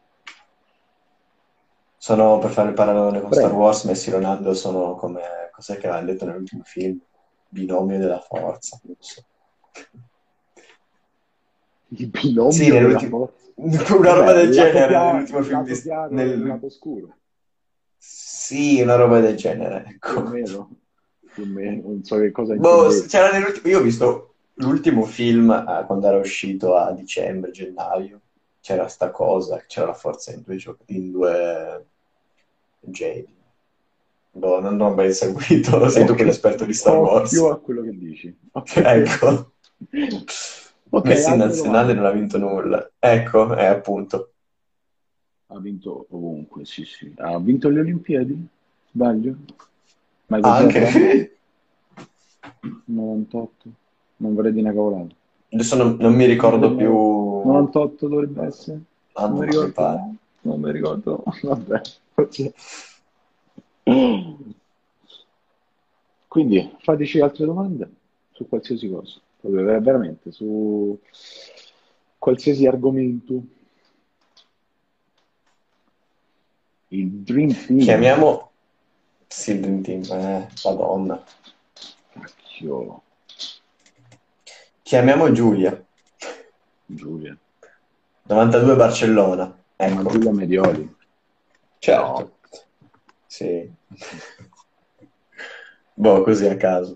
Sono, per fare il paragone con Star Prego, Wars, Messi e Ronaldo sono come, cos'è che avevano detto nell'ultimo film? Binomio della forza, non so. il Sì, binomio della nell'ultimo... forza. Una roba Vabbè, del il lato, genere, pia- nell'ultimo il film di... lato chiaro e il nel- lato scuro, Sì, una roba del genere, più o ecco. meno, più o meno, non so che cosa Boh, intendete. c'era nell'ultimo... Io ho visto l'ultimo film eh, quando era uscito a dicembre, gennaio. C'era sta cosa, che c'era la forza in due, gio- in due Jedi. Boh, non ho ben seguito, sei tu Ok, quell'esperto di Star occhio Wars. a quello che dici. Occhio a quello che Ecco. dici. Ok, Messi in altre nazionale domande. non ha vinto nulla. Ecco, è appunto. Ha vinto ovunque, sì, sì. Ha vinto le Olimpiadi? Sbaglio? Michael Jordan? Anche... novantotto? Non vorrei dire una cavolata. Adesso non, non mi Non vorrei ricordo dire una cavolata. più... novantotto dovrebbe essere? Ah, Non mi non mi ricordo. pare. Non mi ricordo. Vabbè. Così. Quindi fateci altre domande su qualsiasi cosa, proprio ver- veramente su qualsiasi argomento. Il Dream Team, Chiamiamo... Sì, il Dream Team, eh, Madonna. cacchio, Chiamiamo Giulia. Giulia, novantadue Barcellona. ma Ecco. Giulia Medioli, no, Certo. Sì. Boh, così a caso.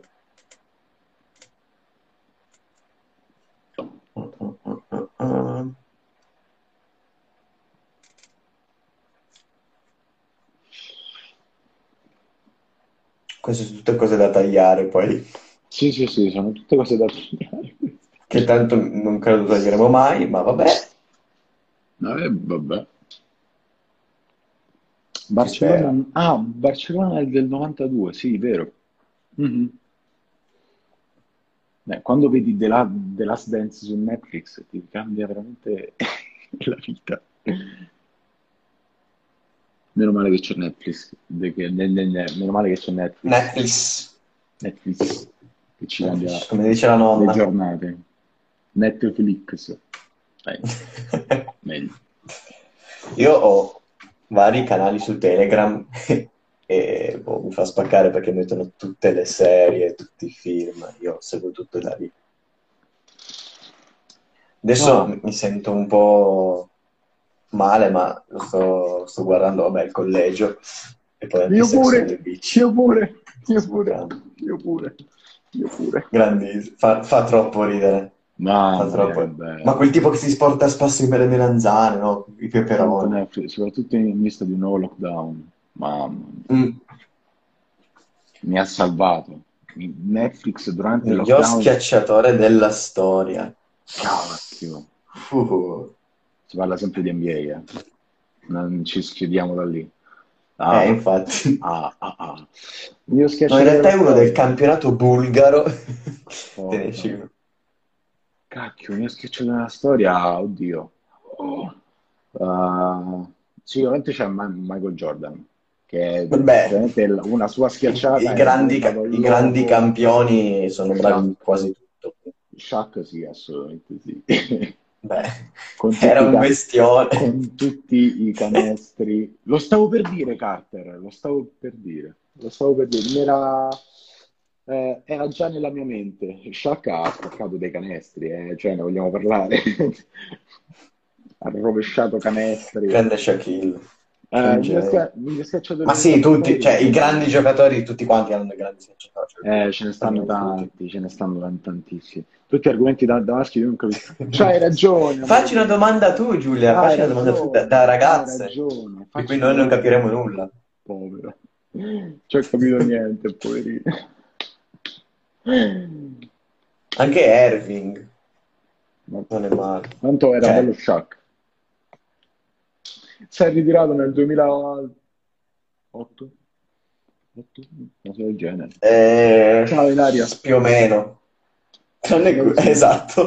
Queste sono tutte cose da tagliare poi, sì, sì, sì, sono tutte cose da tagliare queste. che tanto non credo taglieremo mai, ma vabbè, Eh, vabbè. si spera. Barcellona, ah, Barcellona è del novantadue, sì, vero. Mhm. Beh, quando vedi The, La- The Last Dance su Netflix ti cambia veramente la vita. Meno male che c'è Netflix, de- che- ne- ne- ne- meno male che c'è Netflix, Netflix. Netflix che ci cambia Netflix, come dice la le nonna. giornate. Netflix. Meglio. Meglio. Io ho vari canali su Telegram e boh, mi fa spaccare perché mettono tutte le serie, tutti i film, io seguo tutto da lì. Adesso Ah, mi mi sento un po' male, ma lo sto, sto guardando, vabbè, il collegio e poi anche io Sex pure, and the Beach. io pure, io pure, Grandi, io pure, io pure. grandi, fa, fa troppo ridere, fa Mamma mia, che troppo. Ma quel bello. tipo che si sporta a spassi per le melanzane, no? I Santo peperoni. Netflix, soprattutto in vista di un nuovo lockdown. Mamma mia, Mm. mi ha salvato. Netflix durante il Miglior lockdown, schiacciatore della storia. cacchio. Uh. Si parla sempre di N B A, eh. Non ci schiudiamo da lì. Eh, Ah, infatti. ah, ah, ah. Il mio No, in schiacciatore realtà della è uno del storia. campionato bulgaro. Te ne Porca. esci uno. Cacchio, il mio schiacciatore della storia, oddio. Oh. Uh, sicuramente c'è Ma- Michael Jordan, che è Beh, praticamente l- una sua i, i schiacciata è grandi, diventato ca- il i grandi logo. campioni sono bravi Shaq, in quasi tutto. Shaq sì, assolutamente sì. Beh, Con era tutti i, un ca- bestione. con tutti i canestri. Lo stavo per dire, Carter, lo stavo per dire. Lo stavo per dire. Mi Era, eh, era già nella mia mente. Shaq ha spaccato dei canestri, eh, cioè ne vogliamo parlare. Ha rovesciato canestri. Grande Shaquille, Eh, un il mio, genio. schia- il mio schiacciatore Ma della sì, tutti, cioè i storia. grandi giocatori, tutti quanti hanno dei grandi schiacciatori, cioè, Eh, ce ne stanno almeno tutti. tanti, ce ne stanno tan- tantissimi. Tutti argomenti da, da maschi, io non capisco. C'hai ragione, amore Facci una mio. domanda tu, Giulia, Hai facci una domanda tu da, da ragione, hai ragazze, ragione. di cui Facci una noi non domanda. capiremo nulla. Povero. Ci ho capito niente, poverino. Anche Irving Ma non è male. quanto era bello Cioè, Shaq. Si è ritirato nel duemilaotto? otto? Una cosa del genere. eh, Ciao Ilaria. più o meno. Tranne Non que- si vede. esatto.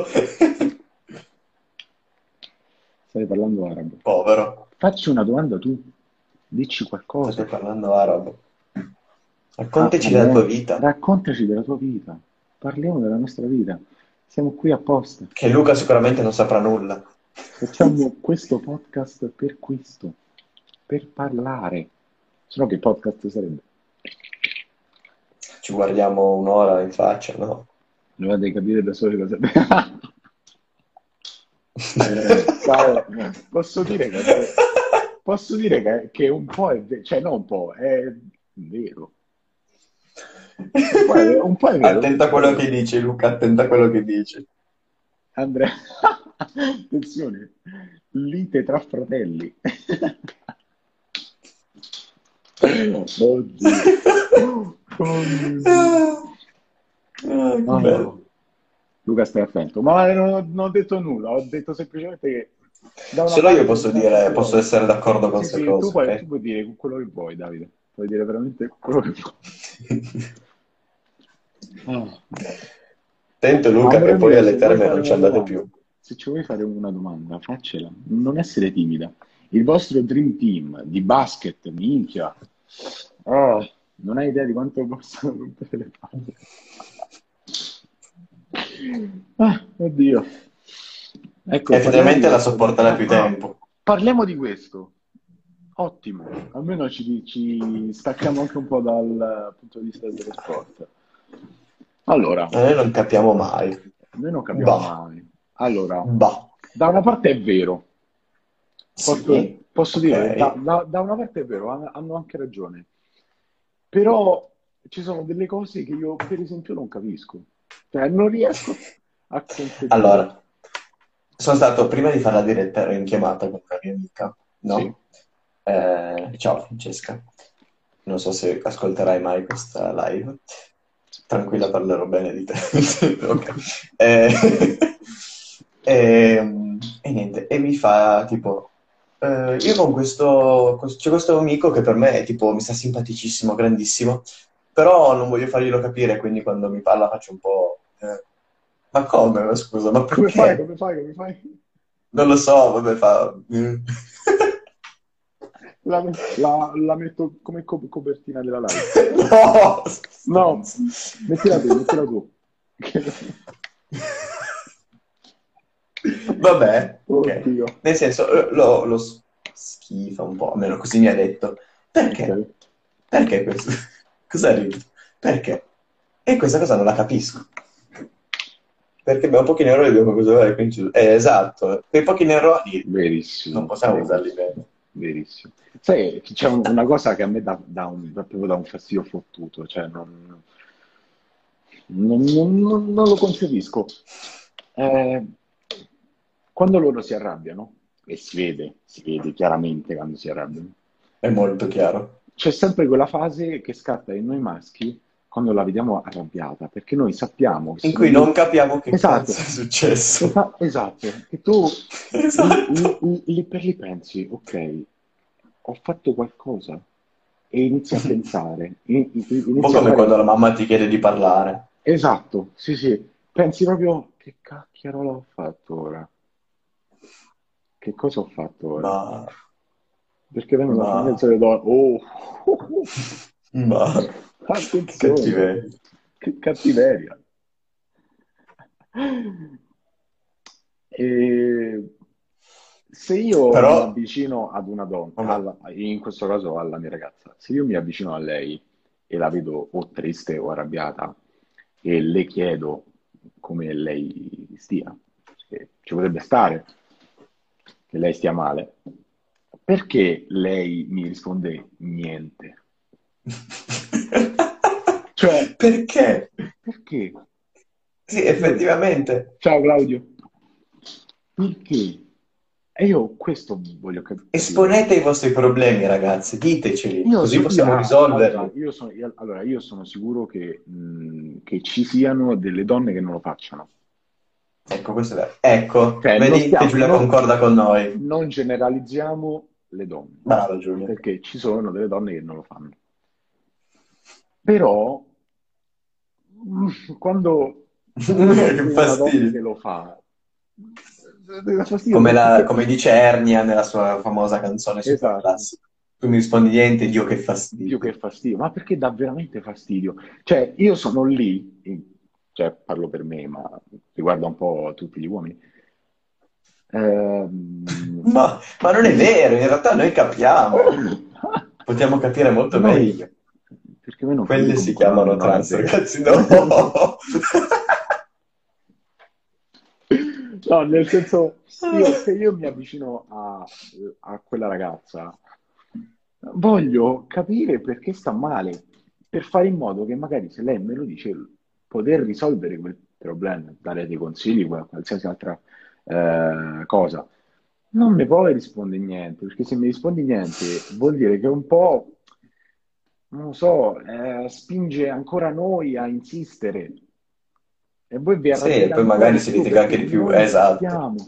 Stai parlando arabo. Povero. Facci una domanda tu. Dici Sto qualcosa. parlando arabo. Ah, Raccontaci della tua parliamo- vita. Raccontaci della tua vita. Parliamo della nostra vita. Siamo qui apposta. Che Luca sicuramente non saprà nulla. Facciamo questo podcast per questo. Per parlare. Se no che podcast sarebbe? Ci guardiamo un'ora in faccia, no? Dovete capire da soli cosa... Ciao. Posso dire che... Posso dire che, che un po' è vero. Cioè, non un po', è vero. Un po' è, un po' è vero. Attenta a quello che dici, Luca, attenta a quello che dici. Andrea, attenzione, lite tra fratelli. Oddio. Ah, che Ah, bello. Luca, stai attento. Ma non ho, non ho detto nulla, ho detto semplicemente che da una Solo io parte posso mi sento dire, più posso ovvio. essere d'accordo con Sì, queste sì, tu cose, puoi, tu ok? puoi dire quello che vuoi, Davide. Puoi dire veramente quello che vuoi. Ah. Attento Luca che Amore poi mio, alle se vuoi terme fare non ci una andate domanda, più. se ci vuoi fare una domanda, faccela. Non essere timida. Il vostro dream team di basket, minchia. Oh, non hai idea di quanto possono rompere le palle. Ah, oddio. Ecco, parliamo di Effettivamente la questo. sopporta da Ah, più ah, tempo. parliamo di questo. Ottimo. Almeno ci, ci stacchiamo anche un po' dal punto di vista dello sport. Allora, Noi non capiamo mai. noi non capiamo Bah, mai. Allora, bah. da una parte è vero, posso, Sì, posso dire, da, ok. da- da una parte è vero, han- hanno anche ragione, però ci sono delle cose che io, per esempio, non capisco. Cioè, non riesco a concepire. Allora, sono stato, prima di fare la diretta, ero in chiamata con una mia amica, Sì, no? Eh, ciao Francesca, non so se ascolterai mai questa live. Tranquilla, parlerò bene di te. Ok. Eh, e, e niente, e mi fa tipo, eh, io con questo, c'è questo amico che per me è tipo, mi sta simpaticissimo, grandissimo, però non voglio farglielo capire, quindi quando mi parla faccio un po'... eh, ma come? Ma scusa, ma come fai, perché? come fai, come fai? Non lo so, vabbè, fa... mm. La, la- la metto come co- copertina della live. No, No, stronzo. mettila tu, mettila tu. Vabbè, ok. Oddio. Nel senso, eh, lo, lo s- schifa un po', almeno così mi ha detto. Perché? Ok. Perché questo? Cosa ridi? Perché? E questa cosa non la capisco. Perché abbiamo pochi neuroni e dobbiamo usare quindi... Eh, esatto, quei pochi neuroni non Verissimo, possiamo usarli verissimo, bene. verissimo. Sai, c'è un- una cosa che a me dà, dà un, dà proprio da un fastidio fottuto, cioè non, non- non- non- non lo concepisco. Eh, quando loro si arrabbiano, e si vede, si vede chiaramente quando si arrabbiano, È molto chiaro. c'è sempre quella fase che scatta in noi maschi quando la vediamo arrabbiata, perché noi sappiamo che In sono cui lì. non capiamo che Esatto, cazzo è successo. esa- esatto, che tu lì, lì- Esatto. lì- lì per lì pensi, ok, ho fatto qualcosa e inizi a pensare, in- in- Un po' inizi a come fare. quando la mamma ti chiede di parlare. Esatto, sì, sì, pensi proprio, che cacchio ho fatto ora? Che cosa ho fatto ora? Ma... Perché vengono a Ma... mezzo le donne. Oh, Ma... Che attenzione, cattiveria. che cattiveria. E se io Però... mi avvicino ad una donna, Vabbè. alla- in questo caso alla mia ragazza, se io mi avvicino a lei e la vedo o triste o arrabbiata e le chiedo come lei stia, che ci potrebbe stare che lei stia male, perché lei mi risponde niente? Cioè, Perché? perché? Sì, Io- effettivamente. Ciao Claudio. Perché? E io questo voglio cap- capire. Esponete i vostri problemi, ragazzi, diteceli, Io, così so- io- possiamo ah, allora, risolverli. io sono, io- allora, io sono sicuro che, mh, che ci siano delle donne che non lo facciano. Ecco, questo è vero. Ecco, Cioè, non vedi che stiamo, Giulia no- concorda con noi. non generalizziamo le donne, Brava Giulia. perché ci sono delle donne che non lo fanno. Però, mm, quando uno Che vede una donna che fastidio. lo fa, dà fastidio Come, la- perché. come dice Ernia nella sua famosa canzone super Esatto. classica. Tu mi rispondi niente, Dio che Dio che fastidio. fastidio, ma perché dà veramente fastidio? Cioè, io sono lì, in- cioè parlo per me, ma riguarda un po' tutti gli uomini. Ehm, Ma, ma non è vero, in realtà noi capiamo. Possiamo capire molto Noi, meglio. perché voi non capite Quelli si comunque, non, chiamano non è trans, vero. ragazzi, no! No, nel senso, io, se io mi avvicino a, a quella ragazza, voglio capire perché sta male, per fare in modo che magari se lei me lo dice, poter risolvere quel problema, dare dei consigli, qual- qualsiasi altra eh, cosa. Non mi puoi rispondere niente, perché se mi rispondi niente vuol dire che un po', non lo so, eh, spinge ancora noi a insistere. E voi vi Sì, e arrabbiate poi ancora magari di si più litiga perché anche di più, noi esatto. insistiamo.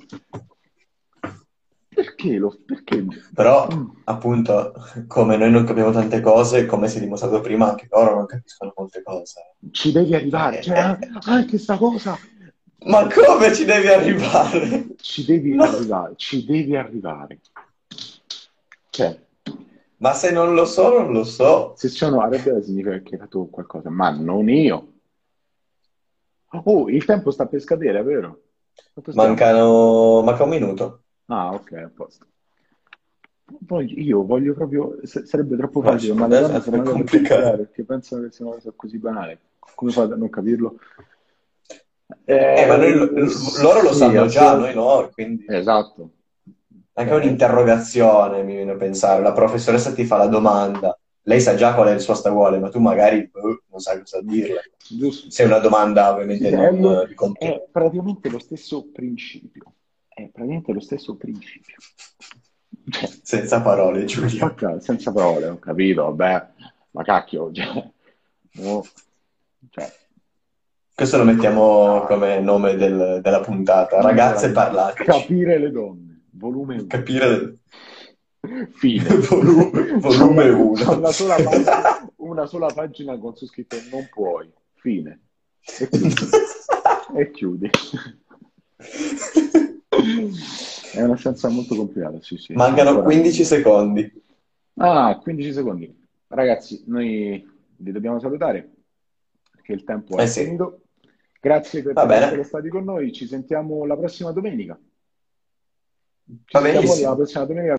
Perché lo... Perché... Però, Mm. appunto, come noi non capiamo tante cose, come si è dimostrato prima, anche loro non capiscono molte cose. Ci devi arrivare. Cioè, Cioè, eh, an- anche sta cosa... ma come ci devi arrivare? Ci devi No. arrivare. Ci devi arrivare. Cioè, Ma se non lo so, non lo so. se sono arrabbiata significa che hai fatto qualcosa, ma non io. Oh, il tempo sta per scadere, è vero? Quanto stiamo? Mancano... Manca un minuto. Ah, ok, a posto. Poi io voglio proprio, s- sarebbe troppo facile, Lascia ma le perdere, donne sono è mega complicate complicato. perché pensano che sia una cosa così banale. Come fate a non capirlo? Eh, ma noi, Eh, loro lo sì, sanno già, noi assolutamente. no, quindi... Esatto. Anche Cioè, un'interrogazione, mi viene a pensare. La professoressa ti fa la domanda. Lei sa già qual è il suo stavuole, ma tu magari boh, non sai cosa dirle. giusto. Se è una domanda Sì, ovviamente sì, è, non lo- eh, di è contenuto. praticamente lo stesso principio. È praticamente lo stesso principio. Cioè, Senza parole, Giulia. spacca senza parole, ho capito, vabbè, ma cacchio, cioè, no, cioè, Questo lo mettiamo ah, come nome del- della puntata. Ragazze, meraviglia. parlateci. Capire le donne, volume uno. Capire Fine. volume, C'è una, volume c'è uno. una sola pagina, una sola pagina con su scritto non puoi. Fine. E chiudi. E chiudi. È una scienza molto complicata, sì, sì. Mancano Ancora. quindici secondi. Ah, quindici secondi. Ragazzi, noi vi dobbiamo salutare perché il tempo Eh è sì, finito. Grazie per, va per essere bene. stati con noi. Ci sentiamo la prossima domenica. Ci Va sentiamo la benissimo. prossima domenica.